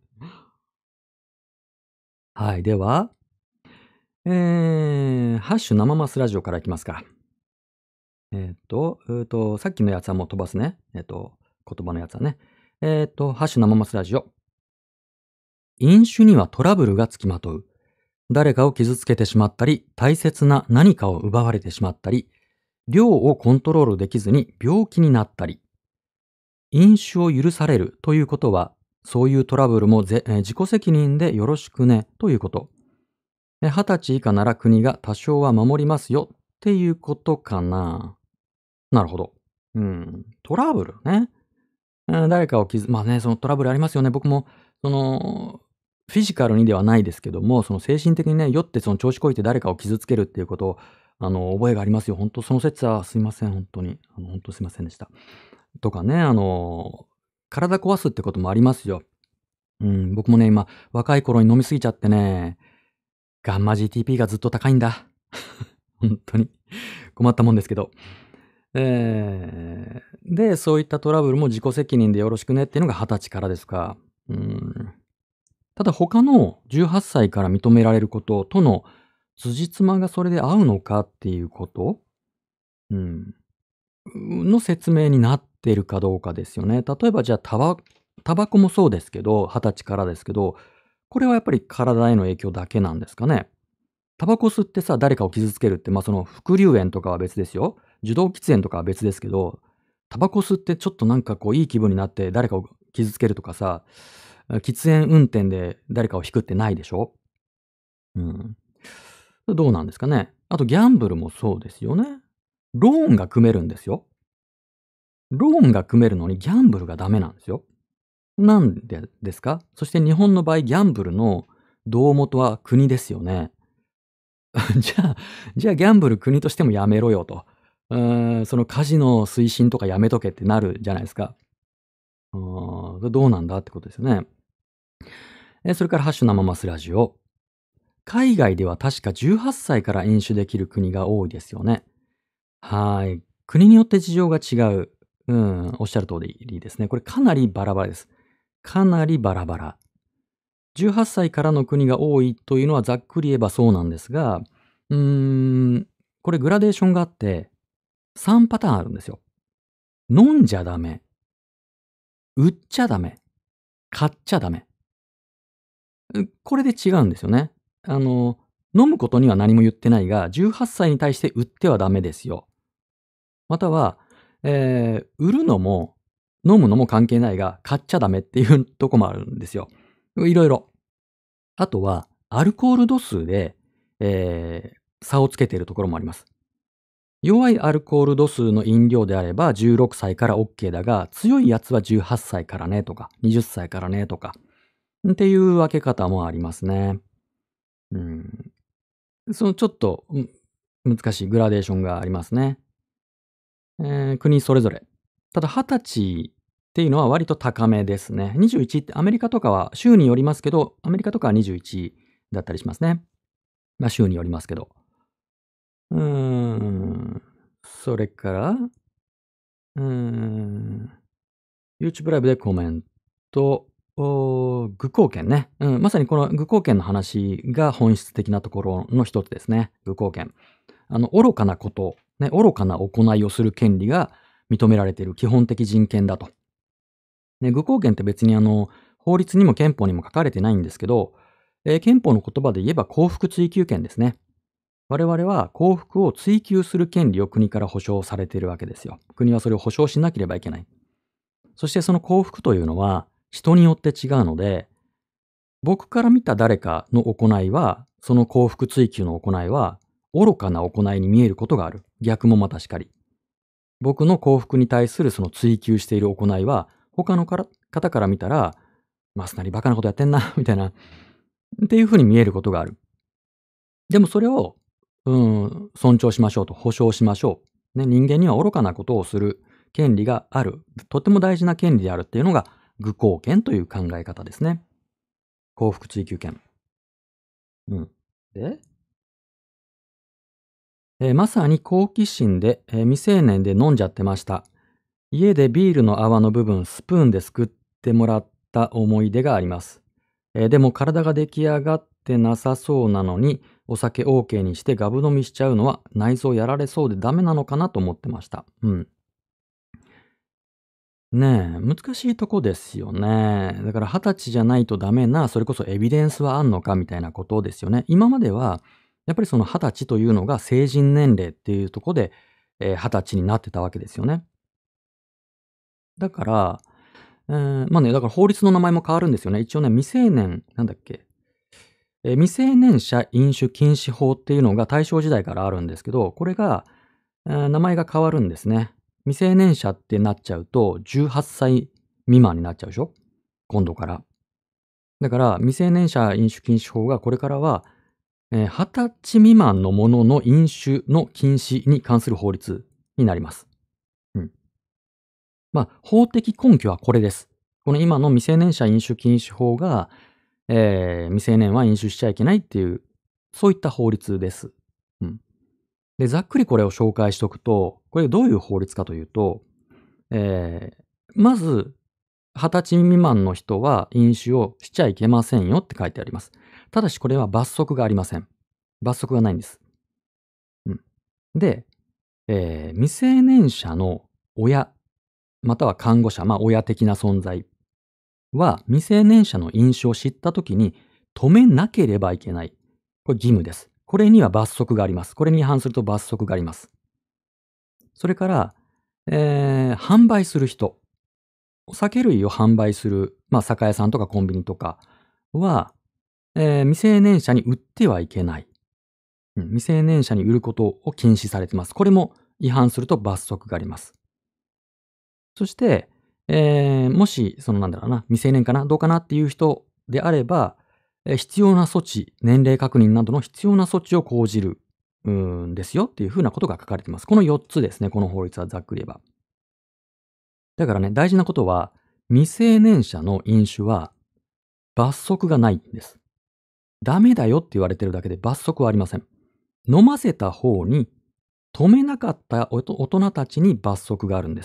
A: はい、では、えー、ハッシュ生マスラジオからいきますか。えっと、うーと、さっきのやつはもう飛ばすね。えっと、言葉のやつはね。えっと、ハッシュ生マスラジオ。飲酒にはトラブルがつきまとう。誰かを傷つけてしまったり、大切な何かを奪われてしまったり、量をコントロールできずに病気になったり、飲酒を許されるということは、そういうトラブルもぜえー自己責任でよろしくねということ。えはたち以下なら国が多少は守りますよっていうことかな。なるほど。うん。トラブルね。うん誰かを傷、まあね、そのトラブルありますよね。僕も、その、フィジカルにではないですけども、その精神的にね、酔ってその調子こいて誰かを傷つけるっていうことを、あの、覚えがありますよ。本当その説はすいません、本当に。あの、本当すいませんでした。とかね、あの、体壊すってこともありますよ。うん、僕もね、今、若い頃に飲み過ぎちゃってね、ガンマ ジーティーピー がずっと高いんだ。本当に。困ったもんですけど。 えー、で、そういったトラブルも自己責任でよろしくねっていうのがはたちからですか。うん。ただ他のじゅうはっさいから認められることとの辻褄がそれで合うのかっていうこと、うん、の説明になってるかどうかですよね。例えばじゃあタバタバコもそうですけど、はたちからですけど、これはやっぱり体への影響だけなんですかね。タバコ吸ってさ、誰かを傷つけるって、ま、その副流煙とかは別ですよ。受動喫煙とかは別ですけど、タバコ吸ってちょっとなんかこういい気分になって誰かを傷つけるとかさ、あ、喫煙運転で誰かを引くってないでしょ？うん。どうなんですかね。あとギャンブルもそうですよね。ローンが組めるんですよ。ローンが組めるのにギャンブルがダメなんですよ。なんでですか？そして日本の場合、ギャンブルの胴元は国ですよね。じゃあじゃあギャンブル国としてもやめろよと。うーん、そのカジノ推進とかやめとけってなるじゃないですか。ああ、どうなんだってことですよね。え、それからハッシュ生マスラジオ。海外では確かじゅうはっさいから飲酒できる国が多いですよね。はい。国によって事情が違う。うん、おっしゃる通りですね。これかなりバラバラです。かなりバラバラ。じゅうはっさいからの国が多いというのはざっくり言えばそうなんですが、うーん、これグラデーションがあって、さんパターンあるんですよ。飲んじゃダメ、売っちゃダメ、買っちゃダメ。うこれで違うんですよね。あの、飲むことには何も言ってないが、じゅうはっさいに対して売ってはダメですよ。または、えー売るのも飲むのも関係ないが、買っちゃダメっていうとこもあるんですよ。いろいろ。あとは、アルコール度数で、えー差をつけているところもあります。弱いアルコール度数の飲料であればじゅうろくさいから オーケー だが、強いやつはじゅうはっさいからねとか、はたちからねとか、っていう分け方もありますね。うん。そのちょっと、うん、難しいグラデーションがありますね。えー国それぞれ。ただはたちっていうのは割と高めですね。にじゅういちってアメリカとかは州によりますけど、アメリカとかはにじゅういちだったりしますね。まあ、州によりますけど。うーん。それから、うーん、YouTube ライブでコメント、お愚行権ね。うん、まさにこの愚行権の話が本質的なところの一つですね。愚行権。あの、愚かなこと、ね、愚かな行いをする権利が認められている基本的人権だと。ね、愚行権って別にあの、法律にも憲法にも書かれてないんですけど、えー憲法の言葉で言えば幸福追求権ですね。我々は幸福を追求する権利を国から保障されているわけですよ。国はそれを保障しなければいけない。そしてその幸福というのは人によって違うので、僕から見た誰かの行いは、その幸福追求の行いは愚かな行いに見えることがある。逆もまたしかり。僕の幸福に対するその追求している行いは、他のから方から見たら、マスなりバカなことやってんな、みたいな、っていうふうに見えることがある。でもそれを、うん、尊重しましょうと、保証しましょう。ね、人間には愚かなことをする権利がある。とても大事な権利であるっていうのが、愚行権という考え方ですね。幸福追求権。うん。で、えーまさに好奇心で、えー未成年で飲んじゃってました。家でビールの泡の部分スプーンですくってもらった思い出があります。えーでも体が出来上がってなさそうなのに、お酒 オーケー にしてガブ飲みしちゃうのは内臓やられそうでダメなのかなと思ってました。うん。ねえ、難しいとこですよね。だからはたちじゃないとダメな、それこそエビデンスはあんのかみたいなことですよね。今までは、やっぱりそのはたちというのが成人年齢っていうところで、えー、はたちになってたわけですよね。だから、えーまあね、だから法律の名前も変わるんですよね。一応ね、未成年、なんだっけ、えー未成年者飲酒禁止法っていうのが大正時代からあるんですけど、これが、えー名前が変わるんですね。未成年者ってなっちゃうと、じゅうはっさい未満になっちゃうでしょ、今度から。だから、未成年者飲酒禁止法がこれからは、えーはたち未満のものの飲酒の禁止に関する法律になります。うん。まあ、法的根拠はこれです。この今の未成年者飲酒禁止法が、えー未成年は飲酒しちゃいけないっていう、そういった法律です。うん。 で、ざっくりこれを紹介しとくと、これどういう法律かというと、えーまず、はたち未満の人は飲酒をしちゃいけませんよって書いてあります。ただしこれは罰則がありません。罰則がないんです。うん。で、えー未成年者の親、または看護者、まあ親的な存在は、未成年者の飲酒を知ったときに止めなければいけない。これ義務です。これには罰則があります。これに違反すると罰則があります。それから、えー販売する人。お酒類を販売する、まあ、酒屋さんとかコンビニとかは、えー未成年者に売ってはいけない。うん、未成年者に売ることを禁止されています。これも違反すると罰則があります。そして、えーもし、そのなんだろうな、未成年かな、どうかなっていう人であれば、えー必要な措置、年齢確認などの必要な措置を講じる、うーんですよっていうふうなことが書かれています。このよっつですね、この法律はざっくり言えば。だからね、大事なことは、未成年者の飲酒は罰則がないんです。ダメだよって言われてるだけで罰則はありません。飲ませた方に止めなかったおと大人たちに罰則があるんです。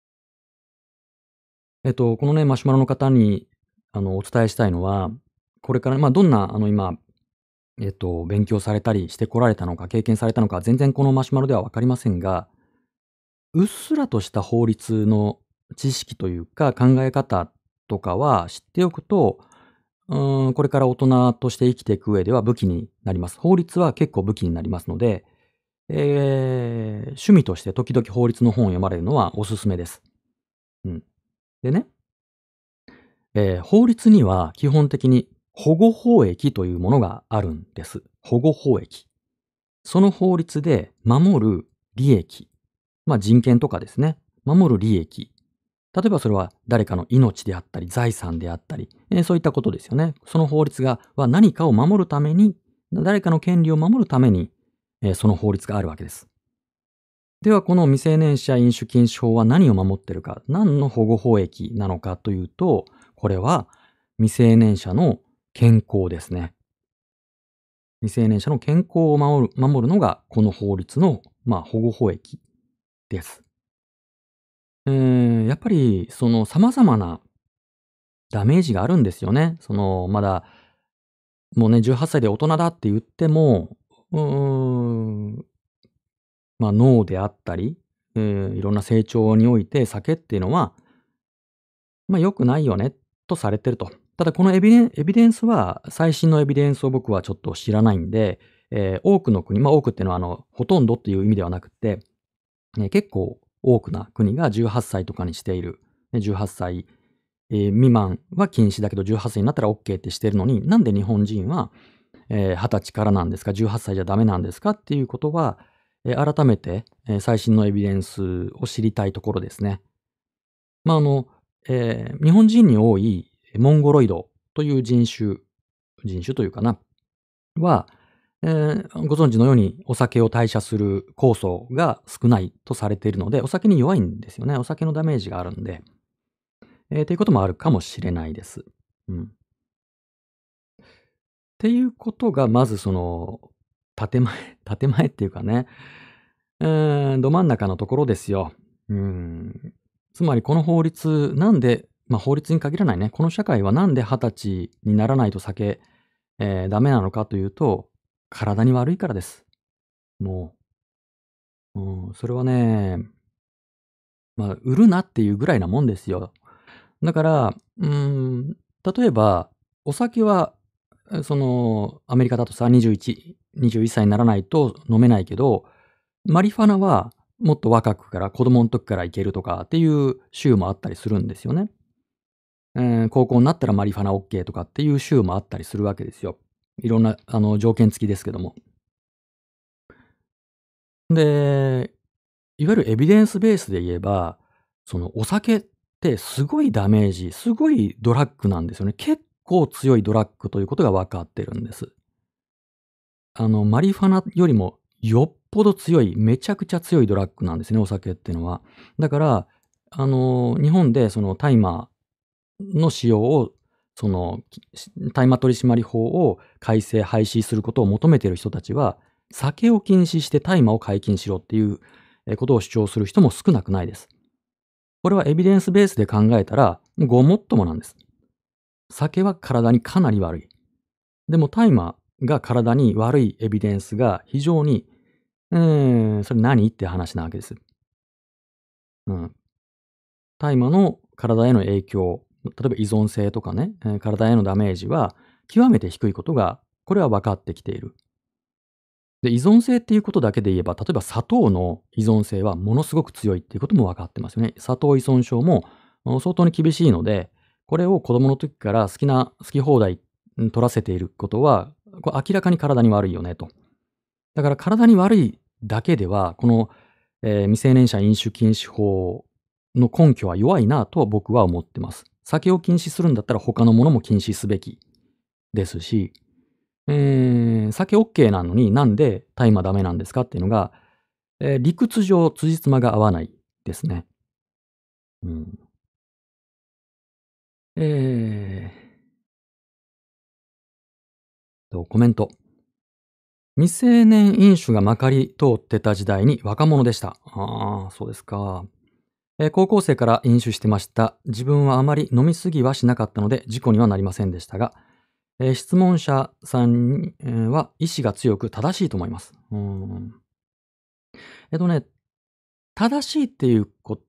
A: えっと、このね、マシュマロの方に、あの、お伝えしたいのは、これから、まあ、どんな、あの、今、えっと、勉強されたりしてこられたのか、経験されたのか、全然このマシュマロではわかりませんが、うっすらとした法律の知識というか、考え方とかは知っておくと、うーん、これから大人として生きていく上では武器になります。法律は結構武器になりますので、えー趣味として時々法律の本を読まれるのはおすすめです。うん。でね、えー法律には基本的に保護法益というものがあるんです。保護法益。その法律で守る利益。まあ人権とかですね。守る利益。例えばそれは誰かの命であったり、財産であったり、えーそういったことですよね。その法律がは何かを守るために、誰かの権利を守るために、えーその法律があるわけです。では、この未成年者飲酒禁止法は何を守っているか、何の保護法益なのかというと、これは未成年者の健康ですね。未成年者の健康を守る守るのがこの法律の、まあ、保護法益です。えーやっぱりその様々なダメージがあるんですよね。そのまだもうね、じゅうはっさいで大人だって言っても、うーん、まあ、脳であったり、えーいろんな成長において酒っていうのは、まあ、良くないよねとされてると。ただこのエビデンエビデンスは、最新のエビデンスを僕はちょっと知らないんで、えー多くの国、まあ、多くっていうのはあの、ほとんどっていう意味ではなくて、ね、結構多くな国がじゅうはっさいとかにしている。ねじゅうはっさい、えー未満は禁止だけどじゅうはっさいになったら オーケー ってしてるのに、なんで日本人は、えーはたちからなんですか、じゅうはっさいじゃダメなんですかっていうことは、えー改めて、えー最新のエビデンスを知りたいところですね。まあ、あの、えー日本人に多いモンゴロイドという人種、人種というかな、は、えーご存知のようにお酒を代謝する酵素が少ないとされているので、お酒に弱いんですよね。お酒のダメージがあるんで、えーということもあるかもしれないです。うん。っていうことが、まずその、建前建前っていうかね、うーん、ど真ん中のところですよ。うーん。つまりこの法律、なんで、ま、法律に限らないね、この社会はなんではたちにならないと酒、えーダメなのかというと、体に悪いからです。もう、うん、それはね、まあ、売るなっていうぐらいなもんですよ。だから、うーん、例えば、お酒は、え、その、アメリカだとさ、にじゅういち、にじゅういっさいにならないと飲めないけど、マリファナはもっと若くから、子供ん時からいけるとかっていう州もあったりするんですよね。えー高校になったらマリファナオッケーとかっていう州もあったりするわけですよ。いろんな、あの、条件付きですけども。で、いわゆるエビデンスベースで言えば、そのお酒ってすごいダメージ、すごいドラッグなんですよね。結構強いドラッグということが分かってるんです。あの、マリファナよりもよっぽど強い、めちゃくちゃ強いドラッグなんですね、お酒っていうのは。だから、あの、日本でその大麻の使用を、その、き大麻取締法を改正、廃止することを求めている人たちは、 酒を禁止して大麻を解禁しろっていうえーことを主張する人も少なくないです。これはエビデンスベースで考えたら、ごもっともなんです。酒は体にかなり悪い。でも大麻が体に悪いエビデンスが非常に、うーん、それ何って話なわけです。うん。大麻の体への影響、例えば依存性とかね、えー体へのダメージは極めて低いことが、これは分かってきている。で、依存性っていうことだけで言えば、例えば砂糖の依存性はものすごく強いっていうことも分かってますよね。砂糖依存症もあ相当に厳しいので、これを子供の時から好きな、好き放題うん取らせていることは、これ明らかに体に悪いよねと。だから体に悪いだけでは、この、えー未成年者飲酒禁止法の根拠は弱いなと僕は思ってます。酒を禁止するんだったら他のものも禁止すべきですし、えー酒 OK なのになんで大麻ダメなんですかっていうのが、えー理屈上辻褄が合わないですね。うん。えーと、コメント。未成年飲酒がまかり通ってた時代に若者でした。ああ、そうですか。えー高校生から飲酒してました。自分はあまり飲みすぎはしなかったので事故にはなりませんでしたが、えー質問者さんにえーは意志が強く正しいと思います。うーん。えっとね、正しいっていうこと、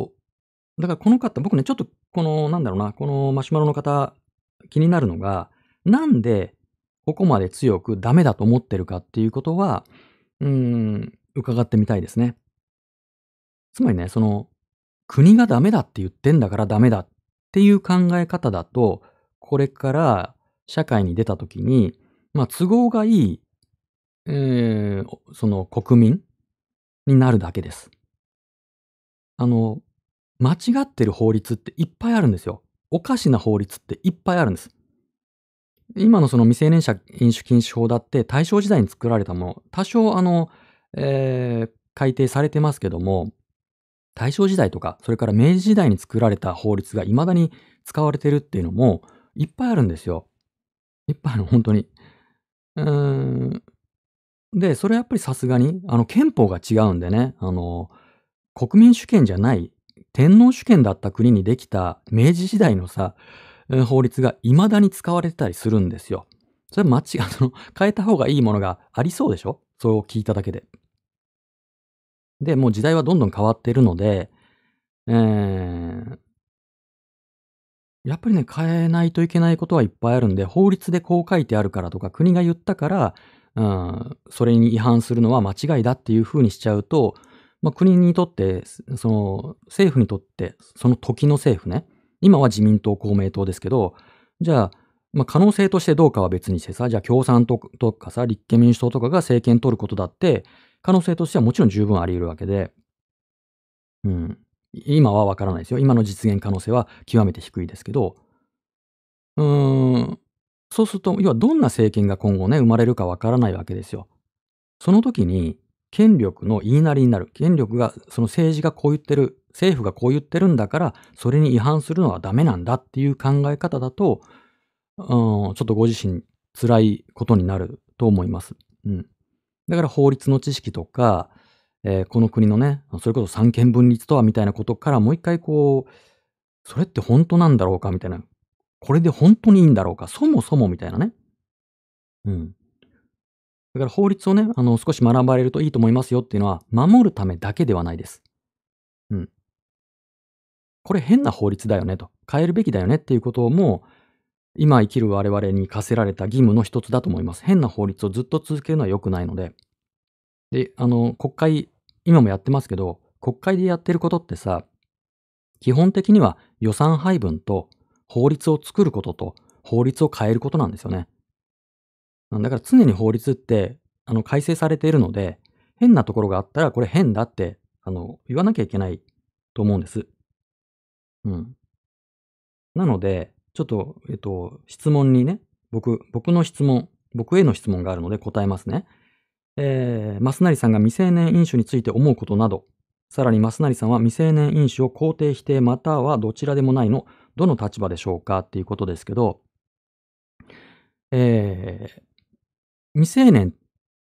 A: だからこの方、僕ね、ちょっとこの、なんだろうな、このマシュマロの方、気になるのが、なんでここまで強くダメだと思ってるかっていうことは、うーん、伺ってみたいですね。つまりね、その、国がダメだって言ってんだからダメだっていう考え方だと、これから社会に出た時に、まあ、都合がいい、えーその国民になるだけです。あの、間違ってる法律っていっぱいあるんですよ。おかしな法律っていっぱいあるんです。今のその未成年者飲酒禁止法だって大正時代に作られたもの、多少あの、えー改定されてますけども、大正時代とか、それから明治時代に作られた法律が未だに使われてるっていうのもいっぱいあるんですよ。いっぱいある、本当に。うーん。で、それはやっぱりさすがに、あの、憲法が違うんでね、あの、国民主権じゃない、天皇主権だった国にできた明治時代のさ、え、法律が未だに使われてたりするんですよ。それは間違あの、変えた方がいいものがありそうでしょ？それを聞いただけで。で、もう時代はどんどん変わっているので、ええ、やっぱりね、変えないといけないことはいっぱいあるんで、法律でこう書いてあるからとか、国が言ったから、うん、それに違反するのは間違いだっていう風にしちゃうと、ま、国にとって、すその、政府にとって、その時の政府ね、今は自民党、公明党ですけど、じゃあ、ま、可能性としてどうかは別にしてさ、じゃあ共産党とかさ、立憲民主党とかが政権取ることだって、可能性としてはもちろん十分あり得るわけで、うん。今はわからないですよ。今の実現可能性は極めて低いですけど、うーん、そうすると、要はどんな政権が今後ね、生まれるかわからないわけですよ。その時に、権力の言いなりになる。権力が、その政治がこう言ってる、政府がこう言ってるんだから、それに違反するのはダメなんだっていう考え方だと、うーん、ちょっとご自身辛いことになると思います。うん。だから法律の知識とか、えーこの国のね、それこそ三権分立とはみたいなことからもう一回こう、それって本当なんだろうかみたいな、これで本当にいいんだろうか、そもそもみたいなね。うん。だから法律をね、あの、少し学ばれるといいと思いますよっていうのは、守るためだけではないです。うん。これ変な法律だよねと、変えるべきだよねっていうことも、今生きる我々に課せられた義務の一つだと思います。変な法律をずっと続けるのは良くないので。で、あの、国会、今もやってますけど、国会でやってることってさ、基本的には予算配分と法律を作ることと法律を変えることなんですよね。だから常に法律ってあの改正されているので、変なところがあったらこれ変だってあの言わなきゃいけないと思うんです。うん。なので、ちょっと、えっと、質問にね、僕、僕の質問、僕への質問があるので答えますね。えー、マスナリさんが未成年飲酒について思うことなど、さらにマスナリさんは未成年飲酒を肯定否定またはどちらでもないの、どの立場でしょうかっていうことですけど、えー、未成年っ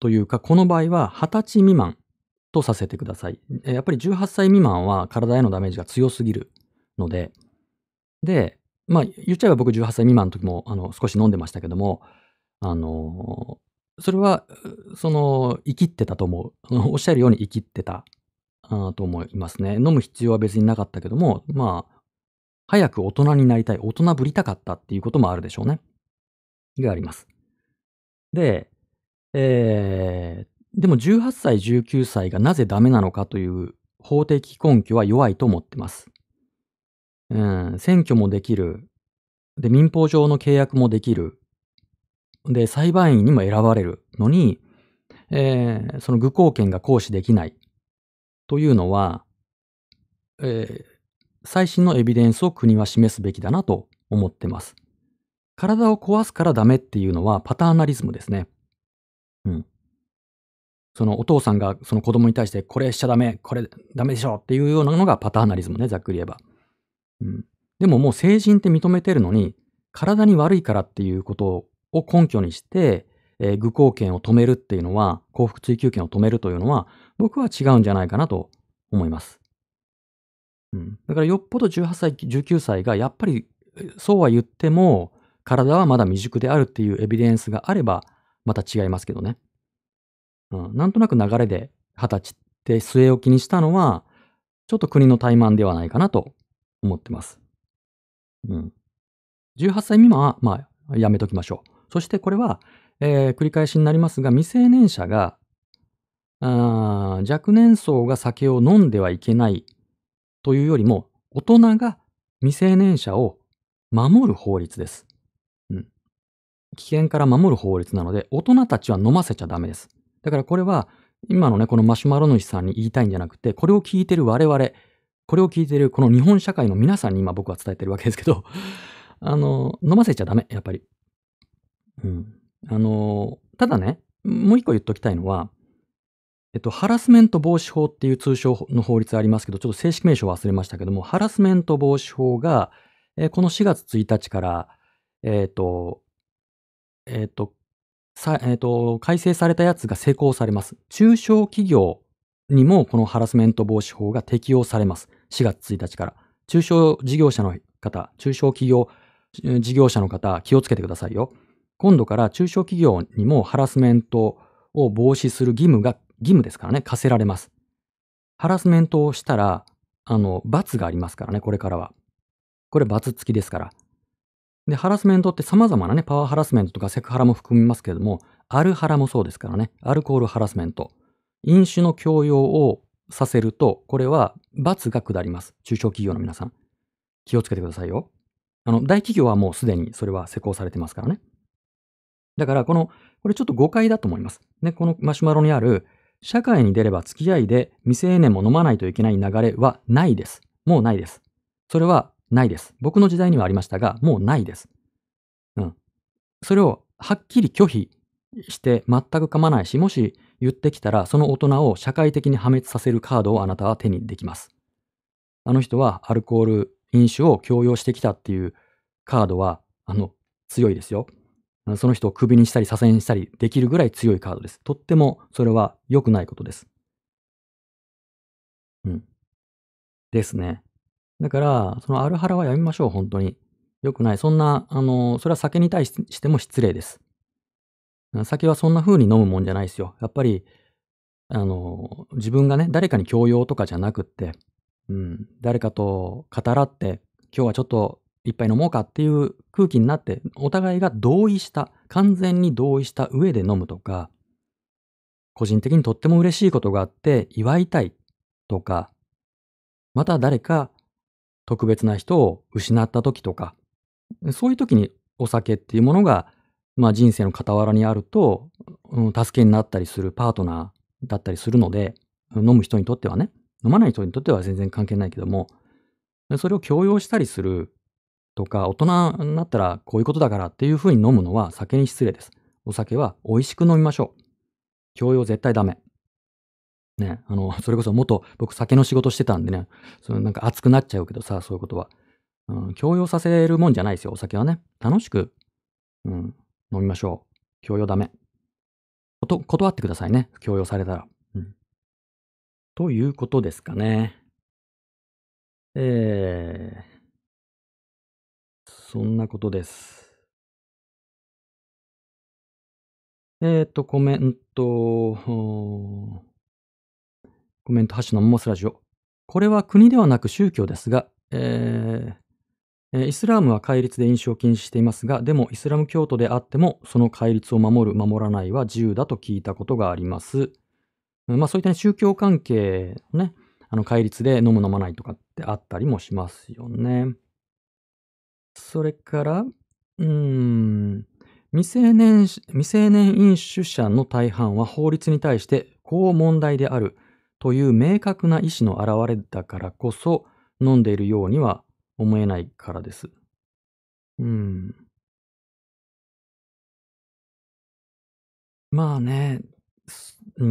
A: というか、この場合ははたち未満とさせてください。え、やっぱりじゅうはっさい未満は体へのダメージが強すぎるので、で、まあ、言っちゃえば僕じゅうはっさい未満の時も、あの、少し飲んでましたけども、あの、それは、うその、生きってたと思う。あの、おっしゃるように生きってた、ああ、と思いますね。飲む必要は別になかったけども、まあ、早く大人になりたい、大人ぶりたかったっていうこともあるでしょうね。があります。で、ええ、でもじゅうはっさい、じゅうきゅうさいがなぜダメなのかという法的根拠は弱いと思ってます。うん、選挙もできる。で、民法上の契約もできる。で、裁判員にも選ばれるのに、ええ、その具効権が行使できないというのは、ええ、最新のエビデンスを国は示すべきだなと思ってます。体を壊すからダメっていうのはパターナリズムですね。うん。そのお父さんがその子供に対してこれしちゃダメ、これダメでしょっていうようなのがパターナリズムね、ざっくり言えば。うん。でももう成人って認めてるのに、体に悪いからっていうことを根拠にして、えー具効権を止めるっていうのは、幸福追求権を止めるというのは、僕は違うんじゃないかなと思います。うん。だからよっぽどじゅうはっさい、じゅうきゅうさいがやっぱり、えそうは言っても、体はまだ未熟であるっていうエビデンスがあれば、また違いますけどね。うん。なんとなく流れではたちって据え置きにしたのは、ちょっと国の怠慢ではないかなと思ってます。うん。じゅうはっさい未満は、まあ、やめときましょう。そしてこれは、えー繰り返しになりますが、未成年者が、あー若年層が酒を飲んではいけないというよりも、大人が未成年者を守る法律です。うん。危険から守る法律なので、大人たちは飲ませちゃダメです。だからこれは、今のね、このマシュマロ主さんに言いたいんじゃなくて、これを聞いてる我々、これを聞いてるこの日本社会の皆さんに今僕は伝えてるわけですけど、あの、飲ませちゃダメ、やっぱり。うん。あの、ただね、もう一個言っときたいのは、えっと、ハラスメント防止法っていう通称の法律ありますけど、ちょっと正式名称忘れましたけども、ハラスメント防止法が、えーこのしがつついたちから、えっと、えっと、さえっと、改正されたやつが施行されます。中小企業にもこのハラスメント防止法が適用されます。しがつついたちから。中小事業者の方、中小企業えー事業者の方、気をつけてくださいよ。今度から中小企業にもハラスメントを防止する義務が、義務ですからね、課せられます。ハラスメントをしたら、あの、罰がありますからね、これからは。これ罰付きですから。で、ハラスメントって様々なね、パワーハラスメントとかセクハラも含みますけれども、アルハラもそうですからね、アルコールハラスメント。飲酒の強要をさせると、これは罰が下ります。中小企業の皆さん。気をつけてくださいよ。あの、大企業はもうすでにそれは施行されてますからね。だから、この、これちょっと誤解だと思います。ね、このマシュマロにある、社会に出れば付き合いで未成年も飲まないといけない流れはないです。もうないです。それはないです。僕の時代にはありましたが、もうないです。うん。それをはっきり拒否して全く構わないし、もし言ってきたら、その大人を社会的に破滅させるカードをあなたは手にできます。あの人はアルコール、飲酒を強要してきたっていうカードは、あの、強いですよ。あその人をクビにしたり左遷したりできるぐらい強いカードです。とってもそれは良くないことです。うん。ですね。だから、そのアルハラはやめましょう、本当に。良くない。そんな、あの、それは酒に対ししても失礼です。酒はそんな風に飲むもんじゃないですよ。やっぱり、あの、自分がね、誰かに強要とかじゃなくって、うん、誰かと語らって、今日はちょっと一杯飲もうかっていう空気になって、お互いが同意した、完全に同意した上で飲むとか、個人的にとっても嬉しいことがあって祝いたいとか、また誰か特別な人を失った時とか、そういう時にお酒っていうものが、まあ、人生の傍らにあると、うん、助けになったりするパートナーだったりするので、飲む人にとってはね、飲まない人にとっては全然関係ないけども、それを強要したりするとか、大人になったらこういうことだからっていう風に飲むのは酒に失礼です。お酒は美味しく飲みましょう。強要絶対ダメ。ね、あの、それこそ元僕酒の仕事してたんでね、そのなんか熱くなっちゃうけどさ、そういうことは。うん、強要させるもんじゃないですよ、お酒はね。楽しく、うん、飲みましょう。強要ダメ。 こと断ってくださいね、強要されたら。うん。ということですかね。ええ。そんなことです。えっと、コメント、ほうコメント、ハッシュのモンモスラジオ。これは国ではなく宗教ですが、えーえーイスラームは戒律で飲酒を禁止していますが、でもイスラム教徒であっても、その戒律を守る、守らないは自由だと聞いたことがあります。うんまあそういった、ね、宗教関係のね、あの戒律で飲む飲まないとかってあったりもしますよね。それから、うーん、未成年し未成年飲酒者の大半は法律に対してこう問題であるという明確な意思の表れだからこそ飲んでいるようには思えないからです。うん。まあね、すうん、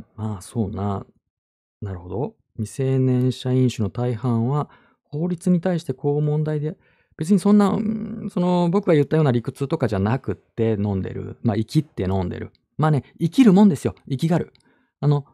A: まあそうな。なるほど。未成年者飲酒の大半は法律に対してこう問題で、別にそんな、うん、その僕が言ったような理屈とかじゃなくって飲んでる。まあ生きって飲んでる。まあね、生きるもんですよ。生きがる。あの、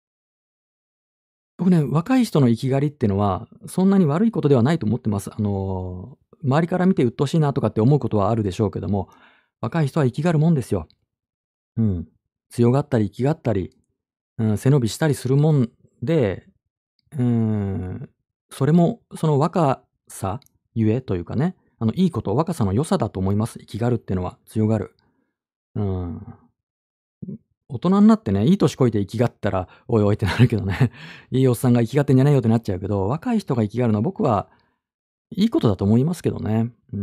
A: 僕ね、若い人の生きがりってのは、そんなに悪いことではないと思ってます。あの、周りから見て鬱陶しいなとかって思うことはあるでしょうけども、若い人は生きがるもんですよ。うん。強がったり生きがったり、うん、背伸びしたりするもんで、うーん、それもその若さゆえというかね、あの、いいこと、若さの良さだと思います。生きがるってのは、強がる。うん。大人になってね、いい年こいて生きがったら、おいおいってなるけどね、いいおっさんが生きがってんじゃないよってなっちゃうけど、若い人が生きがるのは僕はいいことだと思いますけどね。うん、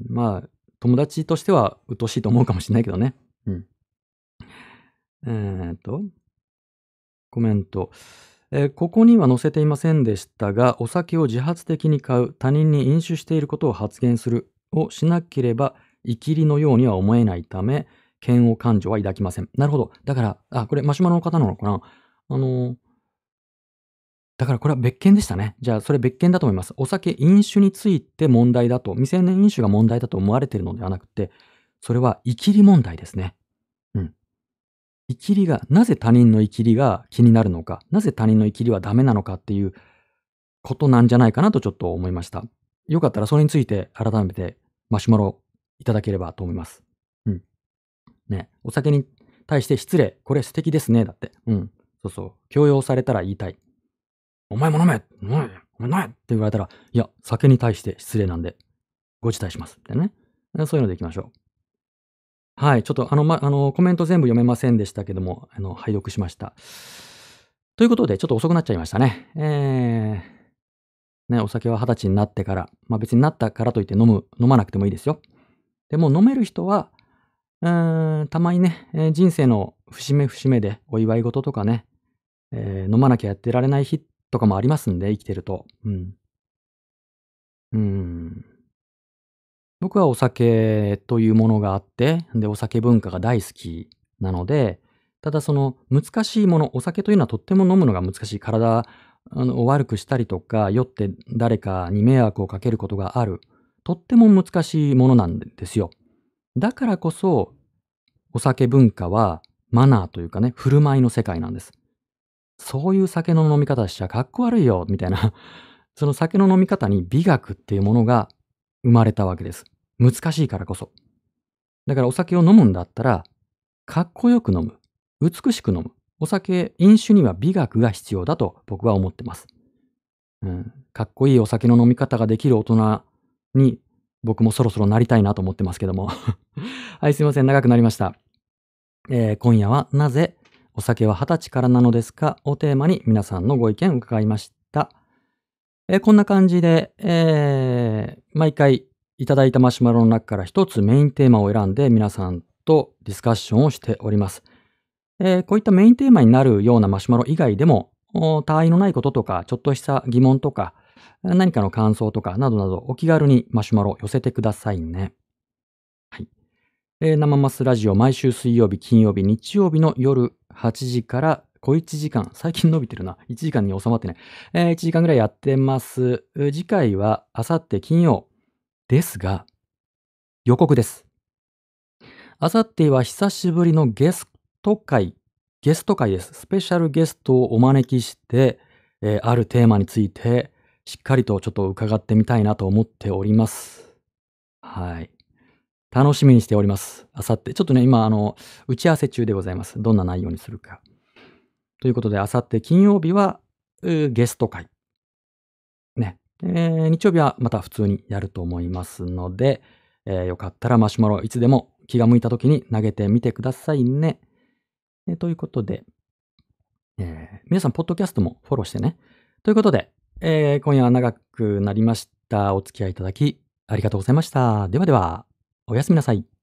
A: まあ、友達としては鬱陶しいと思うかもしんないけどね。うん。えっと、コメント。えーここには載せていませんでしたが、お酒を自発的に買う、他人に飲酒していることを発言するをしなければ、イキリのようには思えないため、嫌悪感情は抱きません。なるほど。だから、あ、これマシュマロの方なのかな。あのーだからこれは別件でしたね。じゃあ、それ別件だと思います。お酒、飲酒について問題だと、未成年飲酒が問題だと思われているのではなくて、それはイキリ問題ですね。うん。イキリが、なぜ他人のイキリが気になるのか、なぜ他人のイキリはダメなのかっていうことなんじゃないかなとちょっと思いました。よかったらそれについて改めてマシュマロいただければと思います。うん。ね、お酒に対して失礼、これ素敵ですね、だって。うん。そうそう。強要されたら言いたい。お前も飲め飲めお前飲めって言われたら、いや、酒に対して失礼なんで、ご辞退します。みたいなね。そういうのでいきましょう。はい、ちょっとあの、ま、あの、コメント全部読めませんでしたけども、あの、拝読しました。ということで、ちょっと遅くなっちゃいましたね。えーね、お酒ははたちになってから、ま、別になったからといって飲む飲まなくてもいいですよ。でも飲める人は、うーん、たまにね、えー人生の節目節目でお祝い事とかね、えー飲まなきゃやってられない日とかもありますんで、生きてると。うん。うーん。僕はお酒というものがあって、で、お酒文化が大好きなので、ただその難しいもの、お酒というのはとっても飲むのが難しい。体あのを悪くしたりとか、酔って誰かに迷惑をかけることがある。とっても難しいものなんですよ。だからこそ、お酒文化はマナーというかね、振る舞いの世界なんです。そういう酒の飲み方しちゃかっこ悪いよ、みたいな。その酒の飲み方に美学っていうものが生まれたわけです。難しいからこそ。だからお酒を飲むんだったら、かっこよく飲む。美しく飲む。お酒、飲酒には美学が必要だと僕は思ってます。うん。かっこいいお酒の飲み方ができる大人に僕もそろそろなりたいなと思ってますけども。はい、すいません。長くなりました。えー今夜はなぜお酒ははたちからなのですかをテーマに皆さんのご意見を伺いました。えーこんな感じで、えー毎回いただいたマシュマロの中から一つメインテーマを選んで皆さんとディスカッションをしております。えーこういったメインテーマになるようなマシュマロ以外でも、お他愛のないこととか、ちょっとした疑問とか、何かの感想とか、などなどお気軽にマシュマロ寄せてくださいね。はい。えー生マスラジオ毎週水曜日、金曜日、日曜日の夜はちじから小いちじかん、最近伸びてるな。いちじかんに収まってない。えーいちじかんぐらいやってます。う次回はあさって金曜ですが、予告です。あさっては久しぶりのゲスト会、ゲスト会です。スペシャルゲストをお招きして、えーあるテーマについてしっかりとちょっと伺ってみたいなと思っております。はい。楽しみにしております。あさって。ちょっとね、今、あの、打ち合わせ中でございます。どんな内容にするか。ということで、あさって金曜日は、うーゲスト会。ね。えー日曜日はまた普通にやると思いますので、えーよかったらマシュマロいつでも気が向いた時に投げてみてくださいね。えーということで、えー皆さん、ポッドキャストもフォローしてね。ということで、えー今夜は長くなりました。お付き合いいただき、ありがとうございました。ではでは、おやすみなさい。